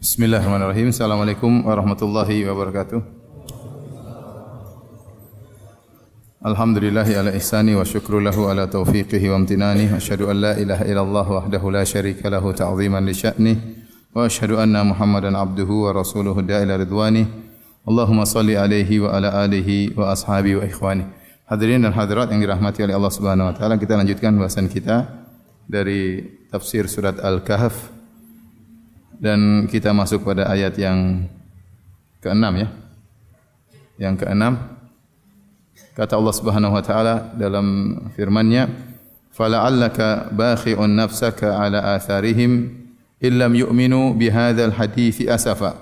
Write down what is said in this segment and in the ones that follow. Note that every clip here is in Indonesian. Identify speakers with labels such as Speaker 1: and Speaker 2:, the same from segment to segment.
Speaker 1: Bismillahirrahmanirrahim. Assalamualaikum warahmatullahi wabarakatuh. Alhamdulillahi ala ihsani wa syukru lahu ala taufiqihi wa amtinani. Asyhadu an la ilaha illallah wahdahu la syarika lahu ta'ziman li sya'ni. Wa asyhadu anna Muhammadan abduhu wa rasuluhu da'ila ridwani. Allahumma salli alaihi wa ala alihi wa ashabi wa ikhwani. Hadirin dan hadirat yang dirahmati oleh Allah Subhanahu wa taala, kita lanjutkan bahasan kita dari tafsir surat Al-Kahf. Dan kita masuk pada ayat yang ke-6 ya. Yang ke-6. Kata Allah Subhanahu wa taala dalam firman-Nya, "Fala'allaka bakhi'un nafsaka 'ala atharihim illam yu'minu bihadzal hadithi asafa."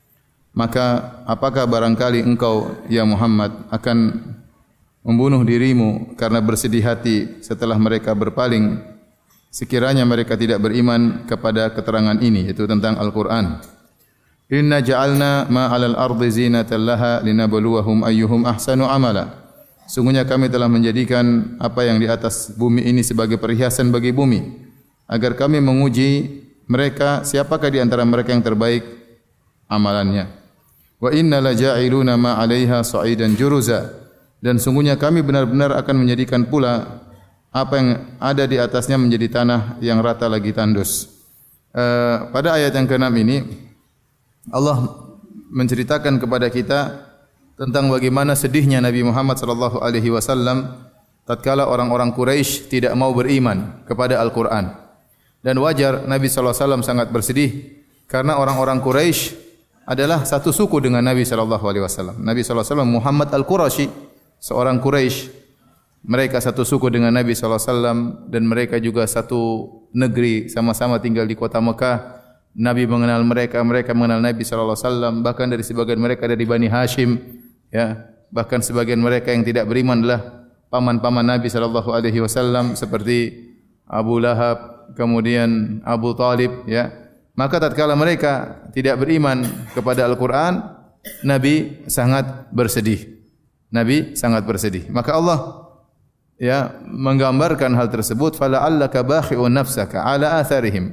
Speaker 1: Maka apakah barangkali engkau ya Muhammad akan membunuh dirimu karena bersedih hati setelah mereka berpaling sekiranya mereka tidak beriman kepada keterangan ini, yaitu tentang Al-Quran. Inna ja'alna ma'alal ardi zinatan laha linabluwahum ayyuhum ahsanu amala. Sungguhnya kami telah menjadikan apa yang di atas bumi ini sebagai perhiasan bagi bumi, agar kami menguji mereka siapakah di antara mereka yang terbaik amalannya. Wa inna laja'iluna ma 'alaiha sa'idan juruza. Dan sungguhnya kami benar-benar akan menjadikan pula apa yang ada di atasnya menjadi tanah yang rata lagi tandus. Pada ayat yang ke-6 ini Allah menceritakan kepada kita tentang bagaimana sedihnya Nabi Muhammad sallallahu alaihi wasallam tatkala orang-orang Quraisy tidak mau beriman kepada Al-Qur'an. Dan wajar Nabi sallallahu alaihi wasallam sangat bersedih karena orang-orang Quraisy adalah satu suku dengan Nabi sallallahu alaihi wasallam. Nabi sallallahu alaihi wasallam Muhammad Al-Quraisy, seorang Quraisy. Mereka satu suku dengan Nabi SAW dan mereka juga satu negeri, sama-sama tinggal di kota Mekah. Nabi mengenal mereka, mereka mengenal Nabi SAW. Bahkan dari sebagian mereka dari Bani Hashim, ya. Bahkan sebagian mereka yang tidak beriman adalah paman-paman Nabi SAW seperti Abu Lahab, kemudian Abu Talib, ya. Maka tatkala mereka tidak beriman kepada Al-Quran, Nabi sangat bersedih. Nabi sangat bersedih. Maka Allah menggambarkan hal tersebut, fala'allaka bakhi'un nafsaka 'ala atharihim.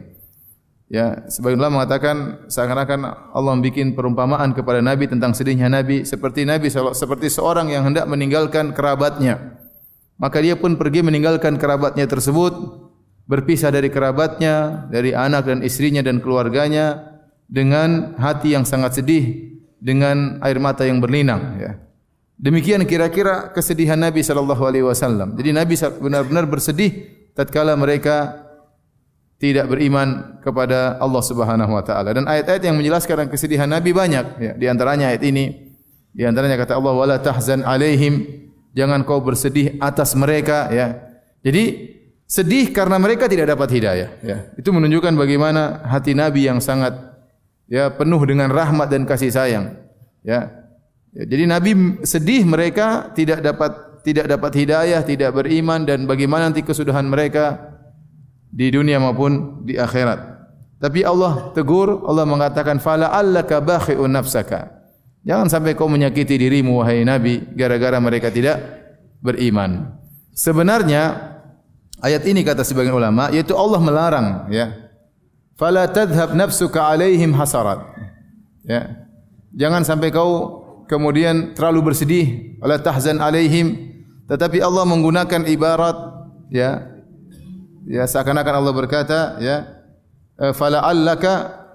Speaker 1: Ya, sebagian ulama mengatakan seakan-akan Allah membuat perumpamaan kepada Nabi tentang sedihnya Nabi seperti seorang yang hendak meninggalkan kerabatnya. Maka dia pun pergi meninggalkan kerabatnya tersebut, berpisah dari kerabatnya, dari anak dan istrinya dan keluarganya dengan hati yang sangat sedih, dengan air mata yang berlinang, ya. Demikian kira-kira kesedihan Nabi sallallahu alaihi wasallam. Jadi Nabi benar-benar bersedih tatkala mereka tidak beriman kepada Allah Subhanahu wa taala. Dan ayat-ayat yang menjelaskan kesedihan Nabi banyak, ya. Di antaranya ayat ini. Di antaranya kata Allah, "Wala tahzan alaihim." Jangan kau bersedih atas mereka, ya. Jadi sedih karena mereka tidak dapat hidayah, ya. Itu menunjukkan bagaimana hati Nabi yang sangat penuh dengan rahmat dan kasih sayang, ya. Jadi Nabi sedih mereka tidak dapat hidayah, tidak beriman, dan bagaimana nanti kesudahan mereka di dunia maupun di akhirat. Tapi Allah tegur, Allah mengatakan fala'allaka bakhi'un nafsaka. Jangan sampai kau menyakiti dirimu wahai Nabi gara-gara mereka tidak beriman. Sebenarnya ayat ini kata sebagian ulama yaitu Allah melarang, ya. Fala tadhhab nafsuka 'alaihim hasarat. Ya. Jangan sampai kau kemudian terlalu bersedih, wala tahzan alaihim. Tetapi Allah menggunakan ibarat, ya seakan-akan Allah berkata, ya fala'allaka,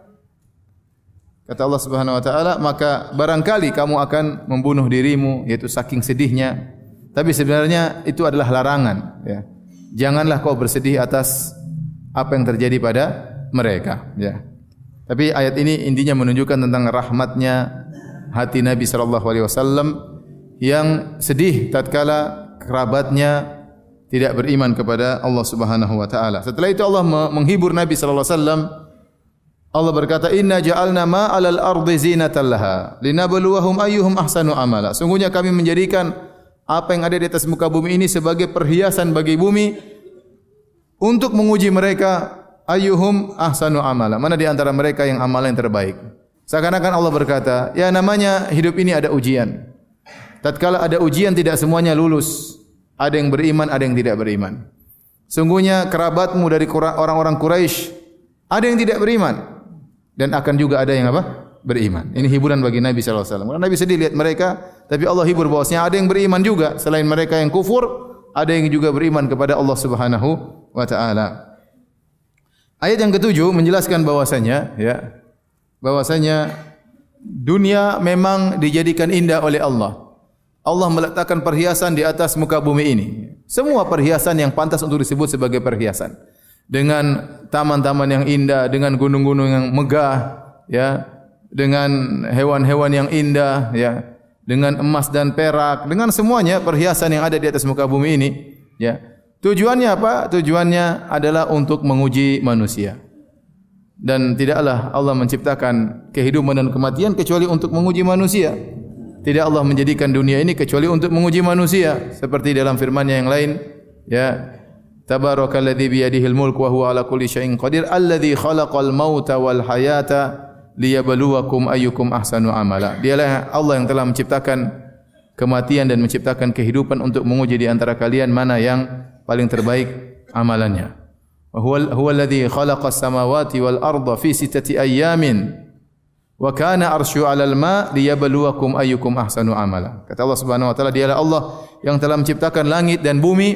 Speaker 1: kata Allah Subhanahu wa taala, maka barangkali kamu akan membunuh dirimu, yaitu saking sedihnya. Tapi sebenarnya itu adalah larangan, ya. Janganlah kau bersedih atas apa yang terjadi pada mereka, ya. Tapi ayat ini intinya menunjukkan tentang rahmatnya hati Nabi sallallahu alaihi wasallam yang sedih tatkala kerabatnya tidak beriman kepada Allah Subhanahu wa taala. Setelah itu Allah menghibur Nabi sallallahu alaihi wasallam. Allah berkata, "Inna ja'alna ma 'alal ardi zinatan laha linabluwahum ayyuhum ahsanu amala." Sungguhnya kami menjadikan apa yang ada di atas muka bumi ini sebagai perhiasan bagi bumi untuk menguji mereka ayyuhum ahsanu amala. Mana di antara mereka yang amalan yang terbaik. Seakan-akan Allah berkata, ya namanya hidup ini ada ujian. Tatkala ada ujian tidak semuanya lulus. Ada yang beriman, ada yang tidak beriman. Sungguhnya kerabatmu dari orang-orang Quraisy ada yang tidak beriman. dan akan juga ada yang apa? Beriman. Ini hiburan bagi Nabi sallallahu alaihi wasallam. Karena Nabi sedih lihat mereka, tapi Allah hibur bahwasanya ada yang beriman juga selain mereka yang kufur, ada yang juga beriman kepada Allah Subhanahu wa taala. Ayat yang ketujuh menjelaskan bahwasanya dunia memang dijadikan indah oleh Allah. Allah meletakkan perhiasan di atas muka bumi ini. Semua perhiasan yang pantas untuk disebut sebagai perhiasan. Dengan taman-taman yang indah, dengan gunung-gunung yang megah, ya, dengan hewan-hewan yang indah, ya, dengan emas dan perak, dengan semuanya perhiasan yang ada di atas muka bumi ini, ya. Tujuannya apa? Tujuannya adalah untuk menguji manusia. Dan tidaklah Allah menciptakan kehidupan dan kematian kecuali untuk menguji manusia. Tidak Allah menjadikan dunia ini kecuali untuk menguji manusia. Seperti dalam firman-Nya yang lain, ya, Tabarakalladzi biyadihil mulku wa huwa ala kulli syai'in qadir alladzi khalaqal mauta wal hayata liyabluwakum ayyukum ahsanu amala. Dialah Allah yang telah menciptakan kematian dan menciptakan kehidupan untuk menguji di antara kalian mana yang paling terbaik amalannya. Wa huwa alladzi khalaqas samawati wal arda fi sittati ayyamin wa kana arsyu 'alal ma liyabluwakum ayyukum ahsanu amala. Kata Allah Subhanahu wa taala, dialah Allah yang telah menciptakan langit dan bumi,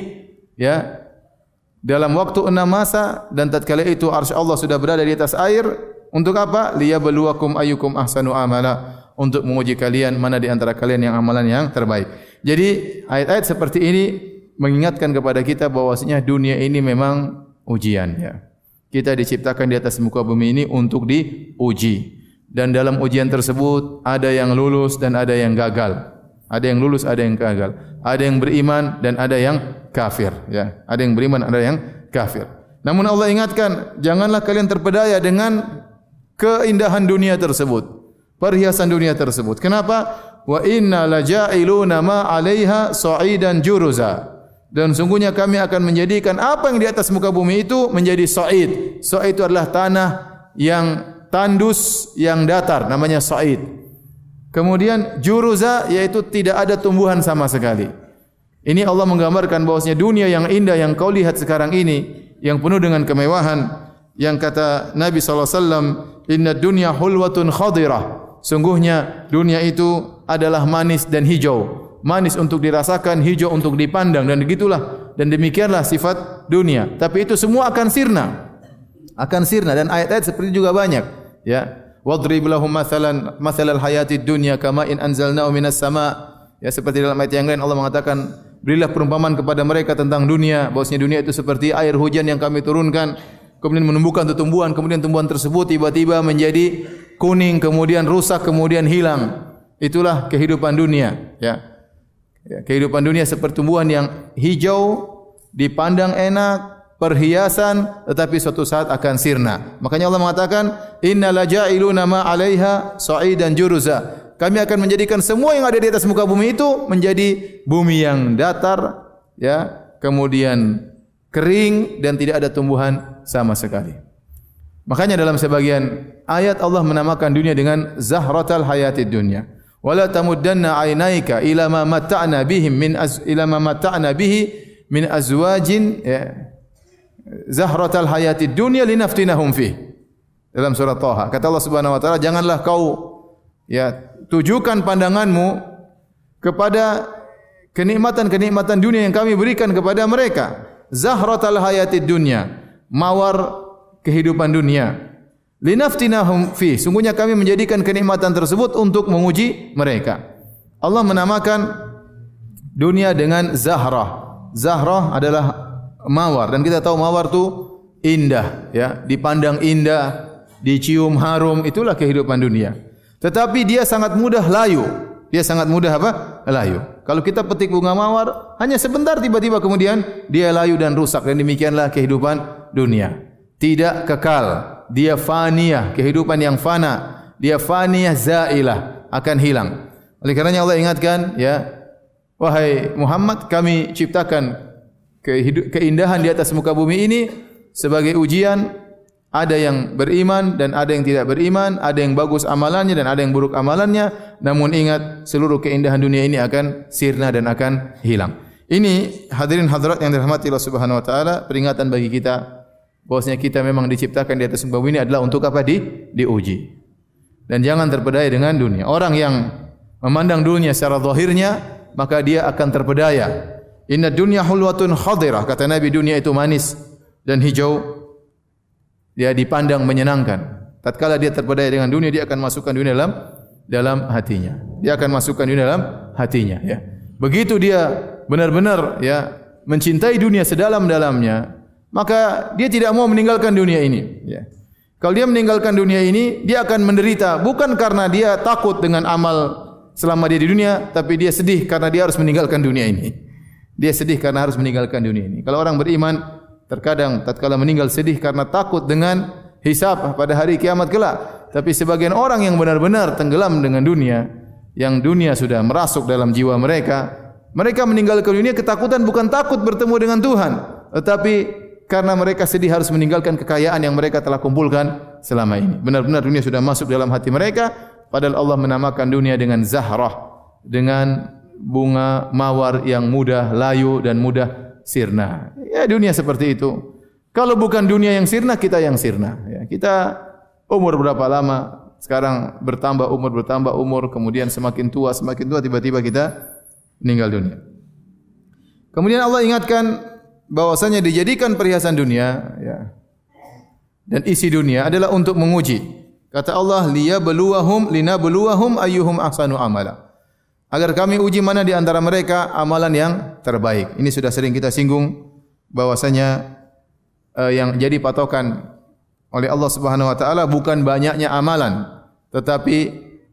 Speaker 1: ya, dalam waktu 6 masa, dan tatkala itu arsy Allah sudah berada di atas air. Untuk apa? Liyabluwakum ayyukum ahsanu amala, untuk menguji kalian mana di antara kalian yang amalan yang terbaik. Jadi ayat-ayat seperti ini mengingatkan kepada kita bahwasanya dunia ini memang ujian, ya. Kita diciptakan di atas muka bumi ini untuk diuji. Dan dalam ujian tersebut ada yang lulus dan ada yang gagal. Ada yang lulus, ada yang gagal. Ada yang beriman dan ada yang kafir, ya. Ada yang beriman, ada yang kafir. Namun Allah ingatkan, janganlah kalian terpedaya dengan keindahan dunia tersebut, perhiasan dunia tersebut. Kenapa? Wa inna laja'iluna ma 'alaiha sa'idan juruza. Dan sungguhnya kami akan menjadikan apa yang di atas muka bumi itu menjadi sa'id. Sa'id itu adalah tanah yang tandus, yang datar, namanya sa'id. Kemudian juruza, yaitu tidak ada tumbuhan sama sekali. Ini Allah menggambarkan bahwasanya dunia yang indah yang kau lihat sekarang ini, yang penuh dengan kemewahan, yang kata Nabi SAW, inna dunya hulwatun khadirah. Sungguhnya dunia itu adalah manis dan hijau. Manis untuk dirasakan, hijau untuk dipandang, dan begitulah. Dan demikianlah sifat dunia. Tapi itu semua akan sirna. Akan sirna, dan ayat-ayat seperti juga banyak, ya. Wadrib lahum mathalal hayatid dunya kama in anzalnahu minas sama'. Ya, seperti dalam ayat yang lain Allah mengatakan, berilah perumpamaan kepada mereka tentang dunia, bahwasanya dunia itu seperti air hujan yang kami turunkan, kemudian menumbuhkan tumbuhan, kemudian tumbuhan tersebut tiba-tiba menjadi kuning, kemudian rusak, kemudian hilang. Itulah kehidupan dunia, ya. Ya, kehidupan dunia seperti tumbuhan yang hijau, dipandang enak, perhiasan, tetapi suatu saat akan sirna. Makanya Allah mengatakan, inna laja'iluna ma 'alaiha sa'idan juruza. Kami akan menjadikan semua yang ada di atas muka bumi itu menjadi bumi yang datar, ya, kemudian kering dan tidak ada tumbuhan sama sekali. Makanya dalam sebagian ayat Allah menamakan dunia dengan zahratal hayatid dunya. Wala tamuddanna 'ainaika ila ma mata'na bihim min azwajin, ya, zahratal hayatid dunya linaftinahum fih. Dalam surah Thaha kata Allah Subhanahu wa taala, janganlah kau, ya, tujukan pandanganmu kepada kenikmatan-kenikmatan dunia yang kami berikan kepada mereka. Zahratal hayatid dunya, mawar kehidupan dunia. Linaftinahum fi, sungguhnya kami menjadikan kenikmatan tersebut untuk menguji mereka. Allah menamakan dunia dengan zahrah. Zahrah adalah mawar, dan kita tahu mawar itu indah, ya, dipandang indah, dicium harum, itulah kehidupan dunia. Tetapi dia sangat mudah layu. Dia sangat mudah apa? Layu. Kalau kita petik bunga mawar, hanya sebentar tiba-tiba kemudian dia layu dan rusak, dan demikianlah kehidupan dunia. Tidak kekal. Dia faniyah, kehidupan yang fana. Dia faniyah zailah, akan hilang. Oleh karenanya Allah ingatkan, ya, wahai Muhammad, kami ciptakan keindahan di atas muka bumi ini sebagai ujian. Ada yang beriman dan ada yang tidak beriman, ada yang bagus amalannya dan ada yang buruk amalannya. Namun ingat, seluruh keindahan dunia ini akan sirna dan akan hilang. Ini hadirin hadirat yang dirahmati Allah Subhanahu wa taala, peringatan bagi kita bahwasanya kita memang diciptakan di atas muka bumi ini adalah untuk apa? Diuji. Dan jangan terpedaya dengan dunia. Orang yang memandang dunia secara zahirnya, maka dia akan terpedaya. Inna dunya hulwatun khadirah. Kata Nabi, dunia itu manis dan hijau. Dia dipandang menyenangkan. Tatkala dia terpedaya dengan dunia, dia akan masukkan dunia dalam hatinya. Dia akan masukkan dunia dalam hatinya, ya. Begitu dia benar-benar ya mencintai dunia sedalam-dalamnya, maka dia tidak mau meninggalkan dunia ini, ya. Kalau dia meninggalkan dunia ini, dia akan menderita bukan karena dia takut dengan amal selama dia di dunia, tapi dia sedih karena dia harus meninggalkan dunia ini. Dia sedih karena harus meninggalkan dunia ini. Kalau orang beriman terkadang tatkala meninggal sedih karena takut dengan hisab pada hari kiamat kelak. Tapi sebagian orang yang benar-benar tenggelam dengan dunia, yang dunia sudah merasuk dalam jiwa mereka, mereka meninggalkan dunia ketakutan bukan takut bertemu dengan Tuhan, tetapi karena mereka sedih harus meninggalkan kekayaan yang mereka telah kumpulkan selama ini. Benar-benar dunia sudah masuk dalam hati mereka, padahal Allah menamakan dunia dengan zahrah, dengan bunga mawar yang mudah layu dan mudah sirna. Ya, dunia seperti itu. Kalau bukan dunia yang sirna, kita yang sirna. Ya, kita umur berapa lama? Sekarang umur bertambah umur, kemudian semakin tua tiba-tiba kita meninggal dunia. Kemudian Allah ingatkan bahwasanya dijadikan perhiasan dunia, ya, dan isi dunia adalah untuk menguji. Kata Allah, linabluwahum ayyuhum ahsanu amala. Agar kami uji mana di antara mereka amalan yang terbaik. Ini sudah sering kita singgung bahwasanya yang jadi patokan oleh Allah Subhanahu wa taala bukan banyaknya amalan, tetapi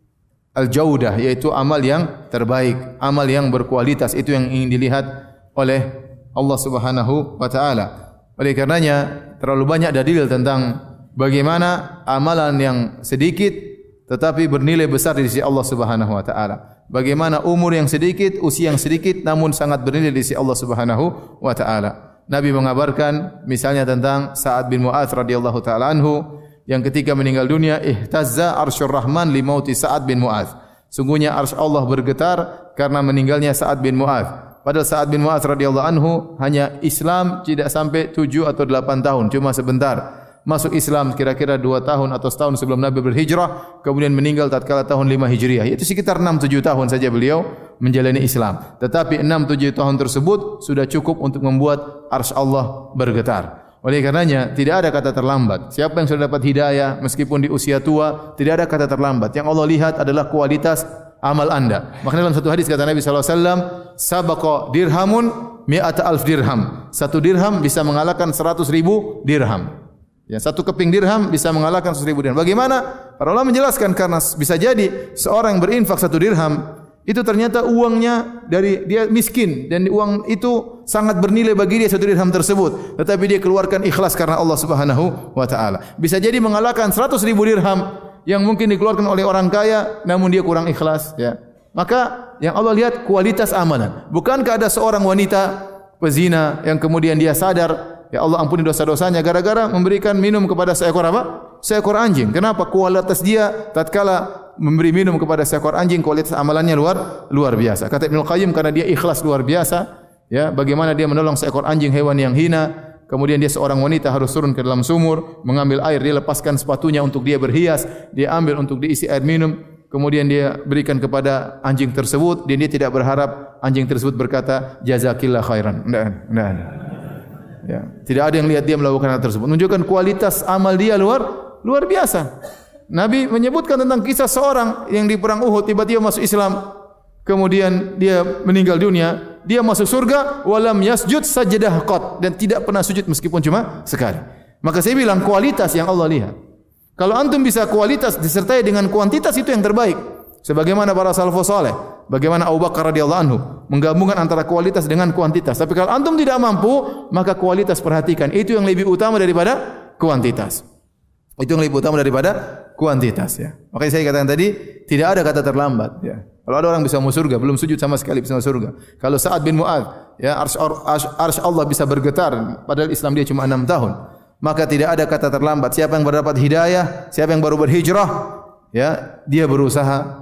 Speaker 1: al-jaudah, yaitu amal yang terbaik, amal yang berkualitas, itu yang ingin dilihat oleh Allah Subhanahu wa taala. Oleh karenanya terlalu banyak dalil tentang bagaimana amalan yang sedikit tetapi bernilai besar di sisi Allah Subhanahu wa taala. Bagaimana umur yang sedikit, usia yang sedikit namun sangat bernilai di sisi Allah Subhanahu wa taala. Nabi mengabarkan misalnya tentang Sa'ad bin Mu'adz radhiyallahu taala anhu yang ketika meninggal dunia ihtazza arsyur rahman li mauti Sa'ad bin Mu'adz. Sungguhnya arsy Allah bergetar karena meninggalnya Sa'ad bin Mu'adz. Padahal Sa'ad bin Mu'adz radhiyallahu anhu hanya Islam tidak sampai 7 atau 8 tahun, cuma sebentar. Masuk Islam kira-kira 2 tahun atau setahun sebelum Nabi berhijrah, kemudian meninggal tatkala tahun 5 Hijriah. Itu sekitar 6-7 tahun saja beliau menjalani Islam. Tetapi 6-7 tahun tersebut sudah cukup untuk membuat arsy Allah bergetar. Oleh karenanya tidak ada kata terlambat. Siapa yang sudah dapat hidayah meskipun di usia tua, tidak ada kata terlambat. Yang Allah lihat adalah kualitas amal Anda. Makanya dalam satu hadis kata Nabi sallallahu alaihi wasallam, sabaqa dirhamun mi'ata alf dirham. 1 dirham bisa mengalahkan 100.000 dirham. Ya, 1 keping dirham bisa mengalahkan 100.000 dirham. Bagaimana? Para ulama menjelaskan karena bisa jadi seorang yang berinfak 1 dirham itu ternyata uangnya dari dia miskin dan uang itu sangat bernilai bagi dia 1 dirham tersebut, tetapi dia keluarkan ikhlas karena Allah Subhanahu wa taala. Bisa jadi mengalahkan 100.000 dirham yang mungkin dikeluarkan oleh orang kaya namun dia kurang ikhlas, ya. Maka yang Allah lihat kualitas amalan. Bukankah ada seorang wanita pezina yang kemudian dia sadar, ya Allah ampuni dosa-dosanya gara-gara memberikan minum kepada seekor apa? Seekor anjing. Kenapa? Kualitas dia tatkala memberi minum kepada seekor anjing, kualitas amalannya luar biasa. Kata Ibnu Qayyim karena dia ikhlas luar biasa, ya, bagaimana dia menolong seekor anjing, hewan yang hina. Kemudian dia seorang wanita harus turun ke dalam sumur, mengambil air, dia lepaskan sepatunya untuk dia berhias, dia ambil untuk diisi air minum, kemudian dia berikan kepada anjing tersebut, dan dia tidak berharap anjing tersebut berkata jazakillah khairan. Enggak. Ya, tidak ada yang lihat dia melakukan hal tersebut. Menunjukkan kualitas amal dia luar biasa. Nabi menyebutkan tentang kisah seorang yang di perang Uhud tiba-tiba masuk Islam, kemudian dia meninggal dunia, dia masuk surga walam yasjud sajdah qat, dan tidak pernah sujud meskipun cuma sekali. Maka saya bilang kualitas yang Allah lihat. Kalau antum bisa kualitas disertai dengan kuantitas, itu yang terbaik. Sebagaimana para salafus saleh, bagaimana Abu Bakar radhiyallahu anhu menggabungkan antara kualitas dengan kuantitas. Tapi kalau antum tidak mampu, maka kualitas perhatikan. Itu yang lebih utama daripada kuantitas. Itu yang lebih utama daripada kuantitas, ya. Makanya saya katakan tadi tidak ada kata terlambat, ya. Kalau ada orang bisa masuk surga, belum sujud sama sekali bisa masuk surga. Kalau Sa'ad bin Mu'adz, ya, arsy Allah bisa bergetar padahal Islam dia cuma 6 tahun. Maka tidak ada kata terlambat. Siapa yang berdapat hidayah, siapa yang baru berhijrah, ya, dia berusaha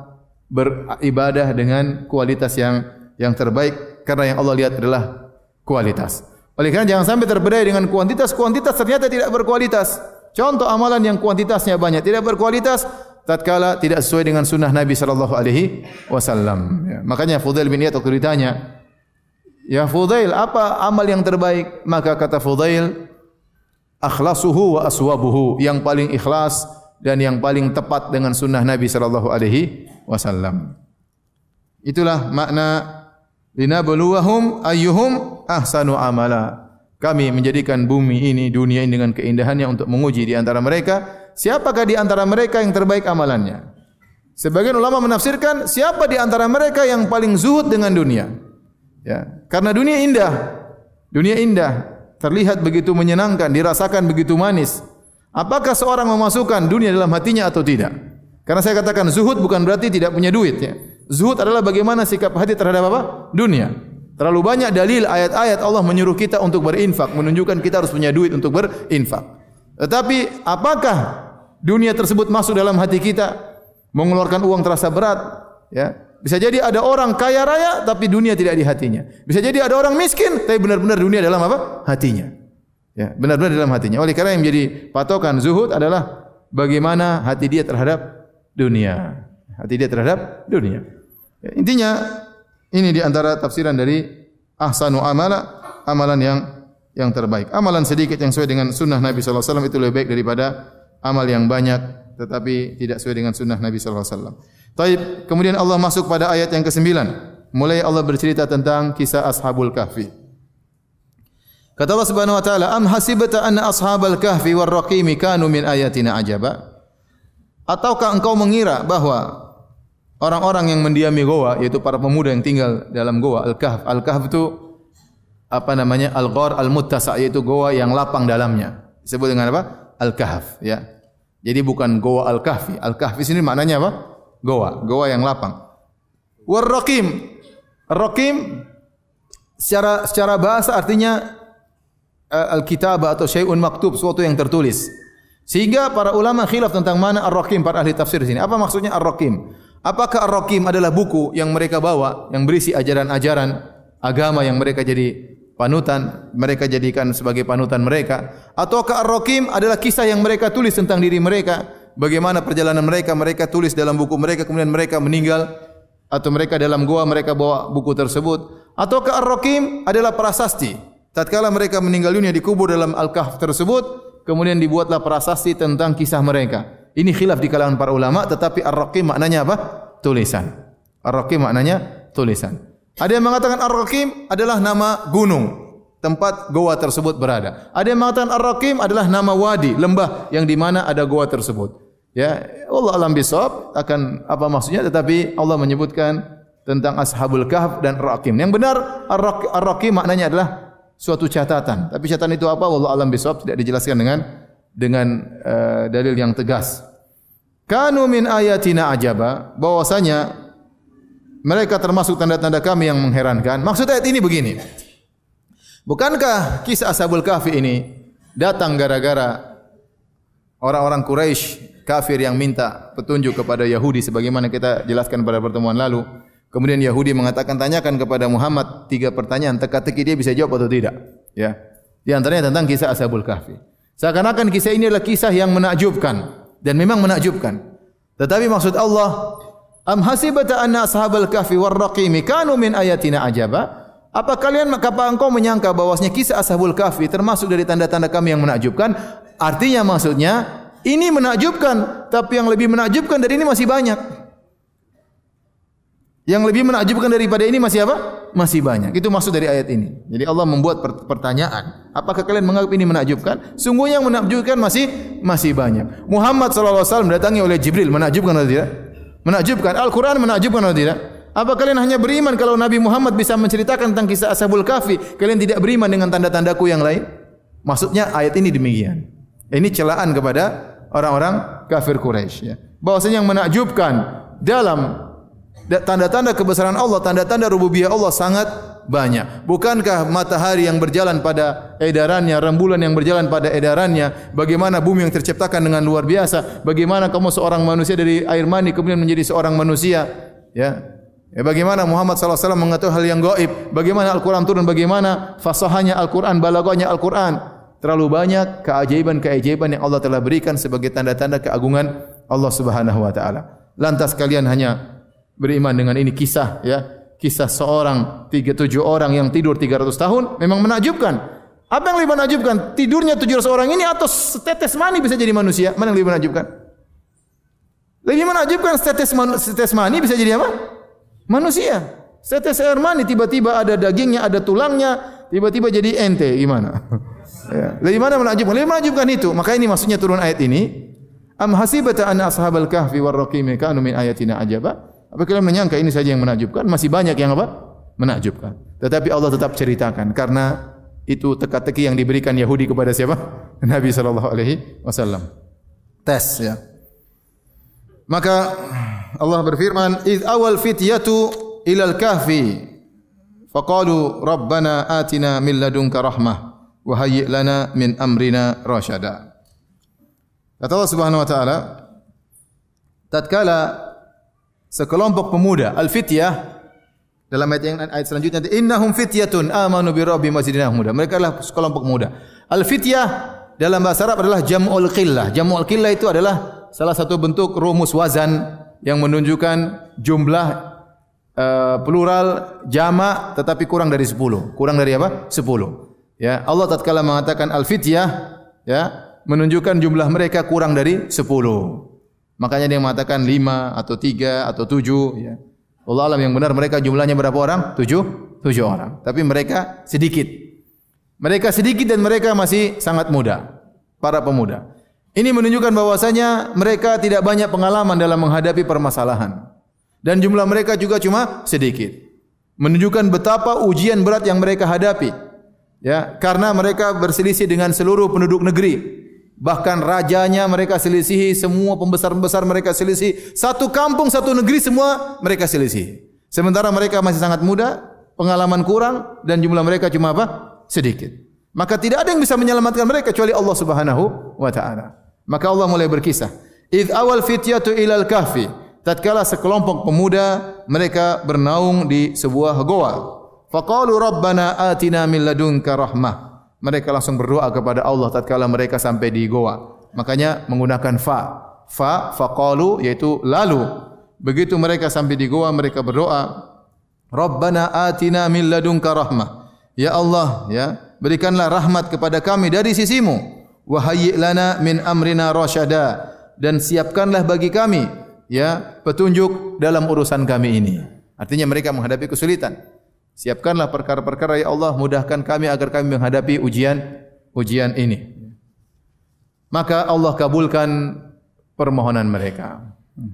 Speaker 1: beribadah dengan kualitas yang terbaik karena yang Allah lihat adalah kualitas. Oleh karena jangan sampai terpedaya dengan kuantitas ternyata tidak berkualitas. Contoh amalan yang kuantitasnya banyak tidak berkualitas tatkala tidak sesuai dengan sunnah Nabi sallallahu alaihi wasallam. Ya. Makanya Fudail bin Iyad waktu ditanya, "Ya Fudail, apa amal yang terbaik?" Maka kata Fudail, "Akhlasuhu wa aswabuhu." Yang paling ikhlas dan yang paling tepat dengan sunnah Nabi sallallahu alaihi wasallam. Itulah makna linabluwahum ayyuhum ahsanu amala. Kami menjadikan bumi ini, dunia ini dengan keindahannya untuk menguji di antara mereka, siapakah di antara mereka yang terbaik amalannya. Sebagian ulama menafsirkan, siapa di antara mereka yang paling zuhud dengan dunia. Ya, karena dunia indah. Dunia indah, terlihat begitu menyenangkan, dirasakan begitu manis. Apakah seorang memasukkan dunia dalam hatinya atau tidak? Karena saya katakan zuhud bukan berarti tidak punya duit ya. Zuhud adalah bagaimana sikap hati terhadap apa? Dunia. Terlalu banyak dalil ayat-ayat Allah menyuruh kita untuk berinfak, menunjukkan kita harus punya duit untuk berinfak. Tetapi apakah dunia tersebut masuk dalam hati kita, mengeluarkan uang terasa berat? Ya, bisa jadi ada orang kaya raya tapi dunia tidak di hatinya. Bisa jadi ada orang miskin tapi benar-benar dunia dalam apa? Hatinya. Ya, benar-benar dalam hatinya. Oleh karena yang menjadi patokan zuhud adalah bagaimana hati dia terhadap dunia. Hati dia terhadap dunia. Ya, intinya ini di antara tafsiran dari ahsanu amala, amalan yang terbaik. Amalan sedikit yang sesuai dengan sunnah Nabi sallallahu alaihi wasallam itu lebih baik daripada amal yang banyak tetapi tidak sesuai dengan sunnah Nabi sallallahu alaihi wasallam. Baik, kemudian Allah masuk pada ayat yang ke-9. Mulai Allah bercerita tentang kisah Ashabul Kahfi. Kata Allah Subhanahu wa taala, "Am hasibta anna ashabal kahfi war raqimi kanu min ayatina ajaba?" Ataukah engkau mengira bahwa orang-orang yang mendiami goa, yaitu para pemuda yang tinggal dalam goa, Al-Kahf. Al-Kahf itu apa namanya? Al-Ghar Al-Muttasa', yaitu goa yang lapang dalamnya. Disebut dengan apa? Al-Kahf, ya. Jadi bukan goa Al-Kahfi. Al-Kahfi sini maknanya apa? Goa yang lapang. War-Raqim. Ar-Raqim secara bahasa artinya al-kitabah atau syai'un maktub, sesuatu yang tertulis. Sehingga para ulama khilaf tentang mana Ar-Raqim, para ahli tafsir di sini. Apa maksudnya Ar-Raqim? Apakah Ar-Raqim adalah buku yang mereka bawa yang berisi ajaran-ajaran agama yang mereka jadi panutan, mereka jadikan sebagai panutan mereka? Ataukah Ar-Raqim adalah kisah yang mereka tulis tentang diri mereka, bagaimana perjalanan mereka tulis dalam buku mereka, kemudian mereka meninggal atau mereka dalam goa mereka bawa buku tersebut? Ataukah Ar-Raqim adalah prasasti? Tatkala mereka meninggal dunia dikubur dalam Al-Kahf tersebut, kemudian dibuatlah prasasti tentang kisah mereka. Ini khilaf di kalangan para ulama, tetapi Ar-Raqim maknanya apa? Tulisan. Ar-Raqim maknanya tulisan. Ada yang mengatakan Ar-Raqim adalah nama gunung, tempat goa tersebut berada. Ada yang mengatakan Ar-Raqim adalah nama wadi, lembah yang di mana ada goa tersebut. Ya, Allah alam bisawab akan apa maksudnya, tetapi Allah menyebutkan tentang Ashabul Kahf dan Ar-Raqim. Yang benar Ar-Raqim maknanya adalah suatu catatan. Tapi catatan itu apa? Wallahu alam bisawab, tidak dijelaskan dengan dalil yang tegas. Kanu min ayatina ajaba, bahwasanya mereka termasuk tanda-tanda kami yang mengherankan. Maksud ayat ini begini. Bukankah kisah Ashabul Kahfi ini datang gara-gara orang-orang Quraisy kafir yang minta petunjuk kepada Yahudi sebagaimana kita jelaskan pada pertemuan lalu. Kemudian Yahudi mengatakan, tanyakan kepada Muhammad 3 pertanyaan, teka-teki dia bisa jawab atau tidak. Ya. Di antaranya tentang kisah Ashabul Kahfi. Seakan-akan kisah ini adalah kisah yang menakjubkan, dan memang menakjubkan. Tetapi maksud Allah, am hasibata anna ashabal kahfi war raqimi kanu min ayatina ajaba? Apa engkau menyangka bahwasanya kisah Ashabul Kahfi termasuk dari tanda-tanda kami yang menakjubkan? Artinya maksudnya ini menakjubkan, tapi yang lebih menakjubkan dari ini masih banyak. Yang lebih menakjubkan daripada ini masih apa? Masih banyak. Itu maksud dari ayat ini. Jadi Allah membuat pertanyaan. Apakah kalian menganggap ini menakjubkan? Sungguhnya yang menakjubkan masih banyak. Muhammad sallallahu alaihi wasallam datangi oleh Jibril, menakjubkan atau tidak? Menakjubkan. Al-Qur'an menakjubkan atau tidak? Apa kalian hanya beriman kalau Nabi Muhammad bisa menceritakan tentang kisah Ashabul Kahfi? Kalian tidak beriman dengan tanda-tandaku yang lain? Maksudnya ayat ini demikian. Ini celaan kepada orang-orang kafir Quraisy, ya. Bahwasanya yang menakjubkan dalam tanda-tanda kebesaran Allah, tanda-tanda rububiyah Allah sangat banyak. Bukankah matahari yang berjalan pada edarannya, rembulan yang berjalan pada edarannya, bagaimana bumi yang terciptakan dengan luar biasa, bagaimana kamu seorang manusia dari air mani kemudian menjadi seorang manusia, ya. Bagaimana Muhammad sallallahu alaihi wasallam mengetahui hal yang gaib? Bagaimana Al-Qur'an turun? Bagaimana fasahahnya Al-Qur'an, balaghahnya Al-Qur'an? Terlalu banyak keajaiban-keajaiban yang Allah telah berikan sebagai tanda-tanda keagungan Allah Subhanahu wa taala. Lantas kalian hanya beriman dengan ini kisah ya, kisah seorang 7 orang yang tidur 300 tahun memang menakjubkan. Apa yang lebih menakjubkan? Tidurnya 700 orang ini atau setetes mani bisa jadi manusia? Mana yang lebih menakjubkan? Lebih menakjubkan setetes mani bisa jadi apa? Manusia. Setetes air mani tiba-tiba ada dagingnya, ada tulangnya, tiba-tiba jadi ente, gimana? Ya. Lebih mana menakjubkan? Lebih menakjubkan itu. Maka ini maksudnya turun ayat ini. Am hasibata anna ashabal kahfi war raqim kanu min ayatina ajaba? Apa kalian menyangka ini saja yang menakjubkan? Masih banyak yang apa? Menakjubkan. Tetapi Allah tetap ceritakan karena itu teka-teki yang diberikan Yahudi kepada siapa? Nabi sallallahu alaihi wasallam. Tes ya. Maka Allah berfirman, "Idz awal fityatu ilal kahfi faqalu rabbana atina min ladunka rahmah wa hayyi' lana min amrina rasyada." Kata Allah Subhanahu wa taala, tatkala sekelompok pemuda, al-fityah dalam ayat selanjutnya, innahum fityatun amanu bi rabbihim wazidnahum huda. Mereka adalah sekelompok pemuda. Al-fityah dalam bahasa Arab adalah jam'ul qillah. Jam'ul qillah itu adalah salah satu bentuk rumus wazan yang menunjukkan jumlah plural jamak tetapi kurang dari 10. Kurang dari apa? 10. Ya, Allah tatkala mengatakan al-fityah ya, menunjukkan jumlah mereka kurang dari 10. Makanya dia mengatakan 5 atau 3 atau 7 ya. Allah alam yang benar mereka jumlahnya berapa orang? 7 orang. Tapi mereka sedikit. Mereka sedikit dan mereka masih sangat muda. Para pemuda. Ini menunjukkan bahwasanya mereka tidak banyak pengalaman dalam menghadapi permasalahan. Dan jumlah mereka juga cuma sedikit. Menunjukkan betapa ujian berat yang mereka hadapi. Ya, karena mereka berselisih dengan seluruh penduduk negeri. Bahkan rajanya mereka selisihi, semua pembesar-pembesar mereka selisihi. Satu kampung, satu negeri semua mereka selisihi. Sementara mereka masih sangat muda, pengalaman kurang dan jumlah mereka cuma apa? Sedikit. Maka tidak ada yang bisa menyelamatkan mereka kecuali Allah Subhanahu wa taala. Maka Allah mulai berkisah. Idz awal fityatu ilal kahfi. Tatkala sekelompok pemuda mereka bernaung di sebuah goa. Faqalu rabbana atina min ladunka rahmah. Mereka langsung berdoa kepada Allah tatkala mereka sampai di goa. Makanya menggunakan fa. Fa faqalu yaitu lalu. Begitu mereka sampai di goa mereka berdoa, Rabbana atina min ladunka rahmah. Ya Allah, ya, berikanlah rahmat kepada kami dari sisimu. Wa hayyi' lana min amrina rasyada, dan siapkanlah bagi kami ya petunjuk dalam urusan kami ini. Artinya mereka menghadapi kesulitan. Siapkanlah perkara-perkara ya Allah, mudahkan kami agar kami menghadapi ujian ini. Maka Allah kabulkan permohonan mereka.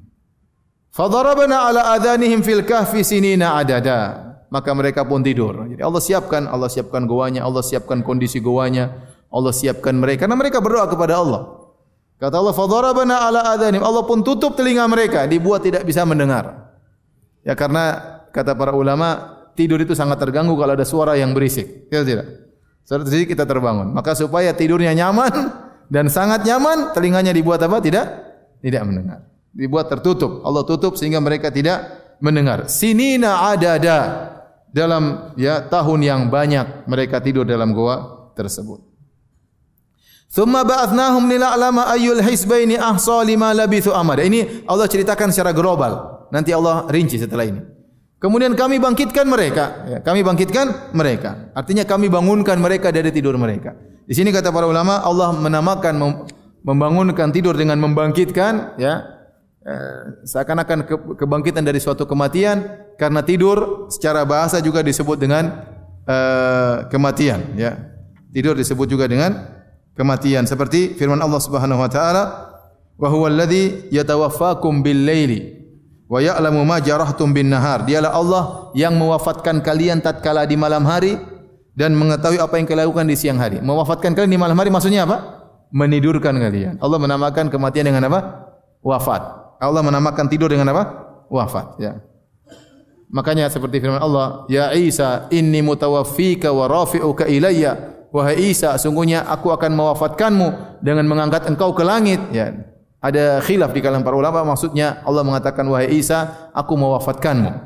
Speaker 1: Fadarabna ala adhanihim fil kahfi sinina adada. Maka mereka pun tidur. Jadi Allah siapkan goanya, Allah siapkan kondisi goanya. Allah siapkan mereka karena mereka berdoa kepada Allah. Kata Allah, "Fadarabana ala adhanihim." Allah pun tutup telinga mereka, dibuat tidak bisa mendengar. Ya karena kata para ulama, tidur itu sangat terganggu kalau ada suara yang berisik. Ya tidak? Suara berisik kita terbangun. Maka supaya tidurnya nyaman dan sangat nyaman, telinganya dibuat apa? Tidak mendengar. Dibuat tertutup. Allah tutup sehingga mereka tidak mendengar. Sinina adada. Dalam ya tahun yang banyak mereka tidur dalam goa tersebut. Tsumma ba'athnahum lina'lama ayyul hisbaini ahsa lima labithu amada. Ini Allah ceritakan secara global. Nanti Allah rinci setelah ini. Kemudian kami bangkitkan mereka. Ya, kami bangkitkan mereka. Artinya kami bangunkan mereka dari tidur mereka. Di sini kata para ulama Allah menamakan membangunkan tidur dengan membangkitkan. Ya, seakan-akan kebangkitan dari suatu kematian karena tidur secara bahasa juga disebut dengan kematian. Ya, tidur disebut juga dengan kematian seperti firman Allah Subhanahu wa taala, "Wa huwal ladzi yatawaffakum bil laili wa ya'lamu ma jarahtum bin nahar." Dialah Allah yang mewafatkan kalian tatkala di malam hari dan mengetahui apa yang kalian lakukan di siang hari. Mewafatkan kalian di malam hari maksudnya apa? Menidurkan kalian. Allah menamakan kematian dengan apa? Wafat. Allah menamakan tidur dengan apa? Wafat, ya. Makanya seperti firman Allah, "Ya Isa, inni mutawaffika wa rafi'uka ilayya." Wahai Isa, sungguhnya aku akan mewafatkanmu dengan mengangkat engkau ke langit. Ya, ada khilaf di kalangan para ulama, maksudnya Allah mengatakan wahai Isa, aku mewafatkanmu.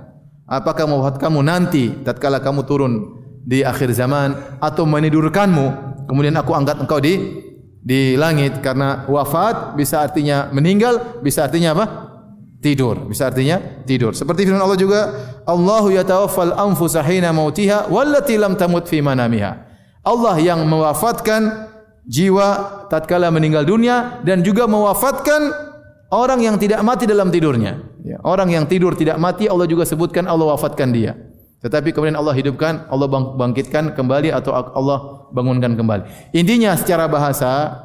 Speaker 1: Apakah mewafat kamu nanti tatkala kamu turun di akhir zaman atau menidurkanmu kemudian aku angkat engkau di langit? Karena wafat bisa artinya meninggal, bisa artinya apa? Tidur, bisa artinya tidur. Seperti firman Allah juga, Allahu yatawaffal anfusa hina mautiha wallati lam tamut fi manamiha. Allah yang mewafatkan jiwa tatkala meninggal dunia dan juga mewafatkan orang yang tidak mati dalam tidurnya. Ya, orang yang tidur tidak mati Allah juga sebutkan Allah wafatkan dia. Tetapi kemudian Allah hidupkan, Allah bangkitkan kembali atau Allah bangunkan kembali. Intinya secara bahasa